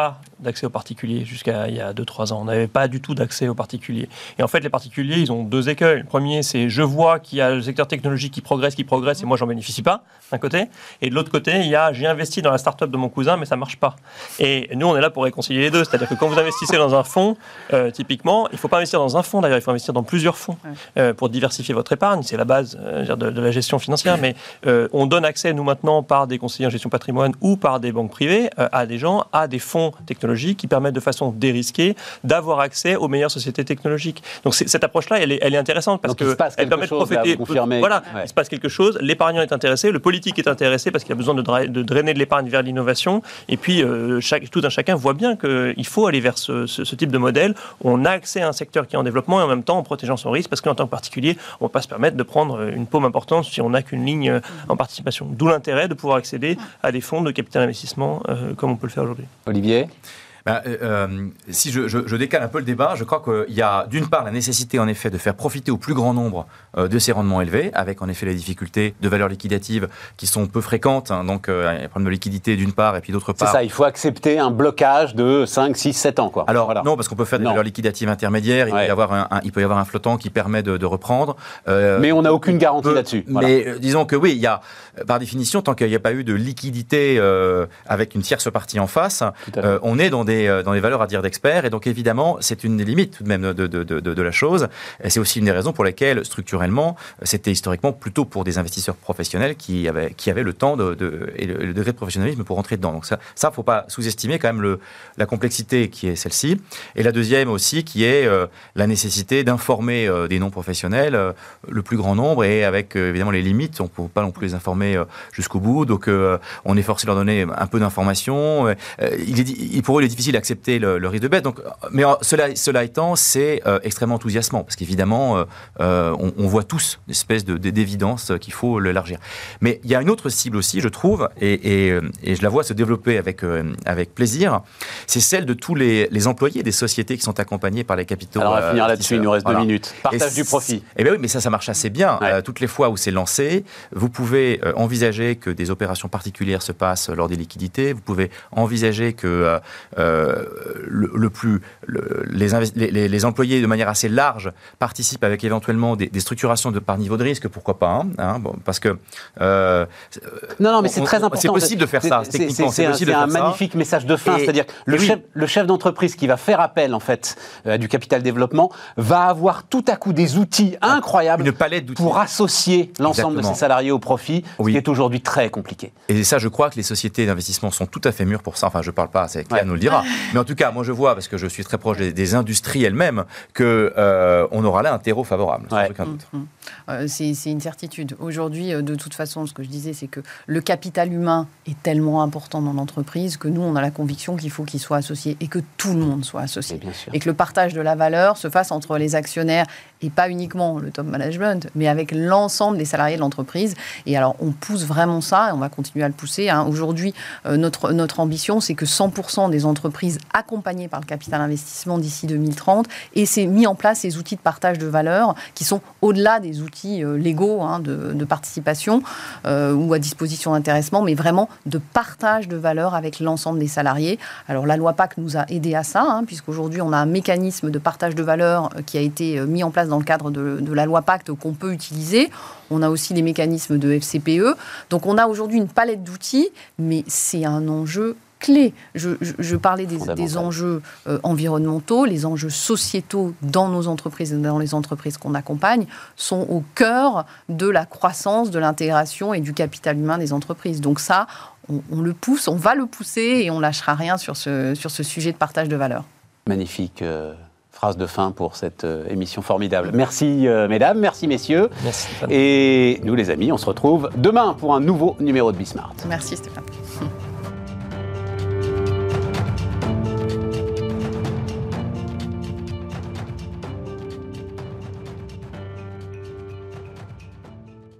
d'accès aux particuliers jusqu'à il y a 2-3 ans. On n'avait pas du tout d'accès aux particuliers. Et en fait, les particuliers, ils ont 2 écueils. Le premier, c'est je vois qu'il y a le secteur technologique qui progresse, et moi, j'en bénéficie pas, d'un côté. Et de l'autre côté, il y a j'ai investi dans la start-up de mon cousin, mais ça marche pas. Et nous, on est là pour réconcilier les deux. C'est-à-dire que quand vous investissez dans un fonds, typiquement, il ne faut pas investir dans un fonds, d'ailleurs, il faut investir dans plusieurs fonds pour diversifier votre épargne. C'est la base de la gestion financière. Mais on donne accès, nous, maintenant, par des conseillers en gestion patrimoine ou par des banques privées, à des gens, à des fonds technologiques qui permettent de façon dérisquée d'avoir accès aux meilleures sociétés technologiques. Donc cette approche-là, elle est intéressante parce qu'elle permet de profiter. Voilà, il se passe quelque chose, l'épargnant est intéressé, le politique est intéressé parce qu'il a besoin de drainer de l'épargne vers l'innovation. Et puis, tout un chacun voit bien qu'il faut aller vers ce type de modèle. On a accès à un secteur qui est en développement et en même temps en protégeant son risque parce qu'en tant que particulier, on ne va pas se permettre de prendre une paume importante si on n'a qu'une ligne en participation. D'où l'intérêt de pouvoir accéder à des fonds de capital investissement comme on peut le faire aujourd'hui. Olivier ? Si je décale un peu le débat, je crois qu'il y a d'une part la nécessité en effet de faire profiter au plus grand nombre de ces rendements élevés, avec en effet les difficultés de valeurs liquidatives qui sont peu fréquentes, hein, donc un problème de liquidité d'une part et puis d'autre part. C'est ça, il faut accepter un blocage de 5, 6, 7 ans. Quoi. Alors voilà. Non, parce qu'on peut faire des valeurs liquidatives intermédiaires, il peut y avoir un flottant qui permet de reprendre. Mais on n'a aucune garantie là-dessus. Voilà. Mais disons que oui, il y a, par définition, tant qu'il n'y a pas eu de liquidité avec une tierce partie en face, on est dans des valeurs à dire d'experts, et donc évidemment c'est une des limites tout de même de la chose, et c'est aussi une des raisons pour lesquelles structurellement c'était historiquement plutôt pour des investisseurs professionnels qui avaient le temps et le degré de professionnalisme pour rentrer dedans. Donc ça faut pas sous-estimer quand même la complexité qui est celle-ci, et la deuxième aussi qui est la nécessité d'informer des non-professionnels le plus grand nombre, et avec évidemment les limites, on ne peut pas non plus les informer jusqu'au bout, donc on est forcé de leur donner un peu d'informations. Pour eux il est difficile d'accepter le risque de baisse. Donc, mais cela étant, c'est extrêmement enthousiasmant parce qu'évidemment, on voit tous une espèce d'évidence qu'il faut l'élargir. Mais il y a une autre cible aussi, je trouve, et je la vois se développer avec plaisir, c'est celle de tous les employés des sociétés qui sont accompagnés par les capitaux. Alors on va finir là-dessus, il nous reste 2 minutes. Partage du profit. Eh bien oui, mais ça marche assez bien. Toutes les fois où c'est lancé, vous pouvez envisager que des opérations particulières se passent lors des liquidités, vous pouvez envisager que les employés de manière assez large participent avec éventuellement des structurations par niveau de risque, pourquoi pas, parce que non, mais c'est très important. C'est possible de faire ça. Techniquement, c'est un magnifique message de fin, c'est-à-dire le chef d'entreprise qui va faire appel en fait à du capital développement va avoir tout à coup des outils incroyables, une palette d'outils pour associer l'ensemble de ses salariés au profit, ce qui est aujourd'hui très compliqué. Et ça, je crois que les sociétés d'investissement sont tout à fait mûres pour ça. Enfin, je parle pas, c'est Claire nous le dira. Mais en tout cas, moi je vois, parce que je suis très proche des industries elles-mêmes, qu'on aura là un terreau favorable. Sans aucun doute. C'est une certitude. Aujourd'hui, de toute façon, ce que je disais, c'est que le capital humain est tellement important dans l'entreprise que nous, on a la conviction qu'il faut qu'il soit associé et que tout le monde soit associé. Et que le partage de la valeur se fasse entre les actionnaires et pas uniquement le top management, mais avec l'ensemble des salariés de l'entreprise. Et alors, on pousse vraiment ça et on va continuer à le pousser. Aujourd'hui, notre ambition, c'est que 100% des entreprises accompagnées par le capital investissement d'ici 2030 et c'est mis en place ces outils de partage de valeur qui sont au-delà des outils légaux de participation ou à disposition d'intéressement, mais vraiment de partage de valeur avec l'ensemble des salariés. Alors la loi PAC nous a aidé à ça, puisqu'aujourd'hui on a un mécanisme de partage de valeur qui a été mis en place dans le cadre de la loi PACT qu'on peut utiliser. On a aussi les mécanismes de FCPE. Donc on a aujourd'hui une palette d'outils, mais c'est un enjeu clé. Je parlais des enjeux environnementaux, les enjeux sociétaux dans nos entreprises et dans les entreprises qu'on accompagne sont au cœur de la croissance, de l'intégration et du capital humain des entreprises. Donc ça, on le pousse, on va le pousser et on lâchera rien sur ce sujet de partage de valeur. Magnifique phrase de fin pour cette émission formidable. Merci mesdames, merci messieurs. Merci Stéphane. Et nous les amis, on se retrouve demain pour un nouveau numéro de Bismart. Merci Stéphane.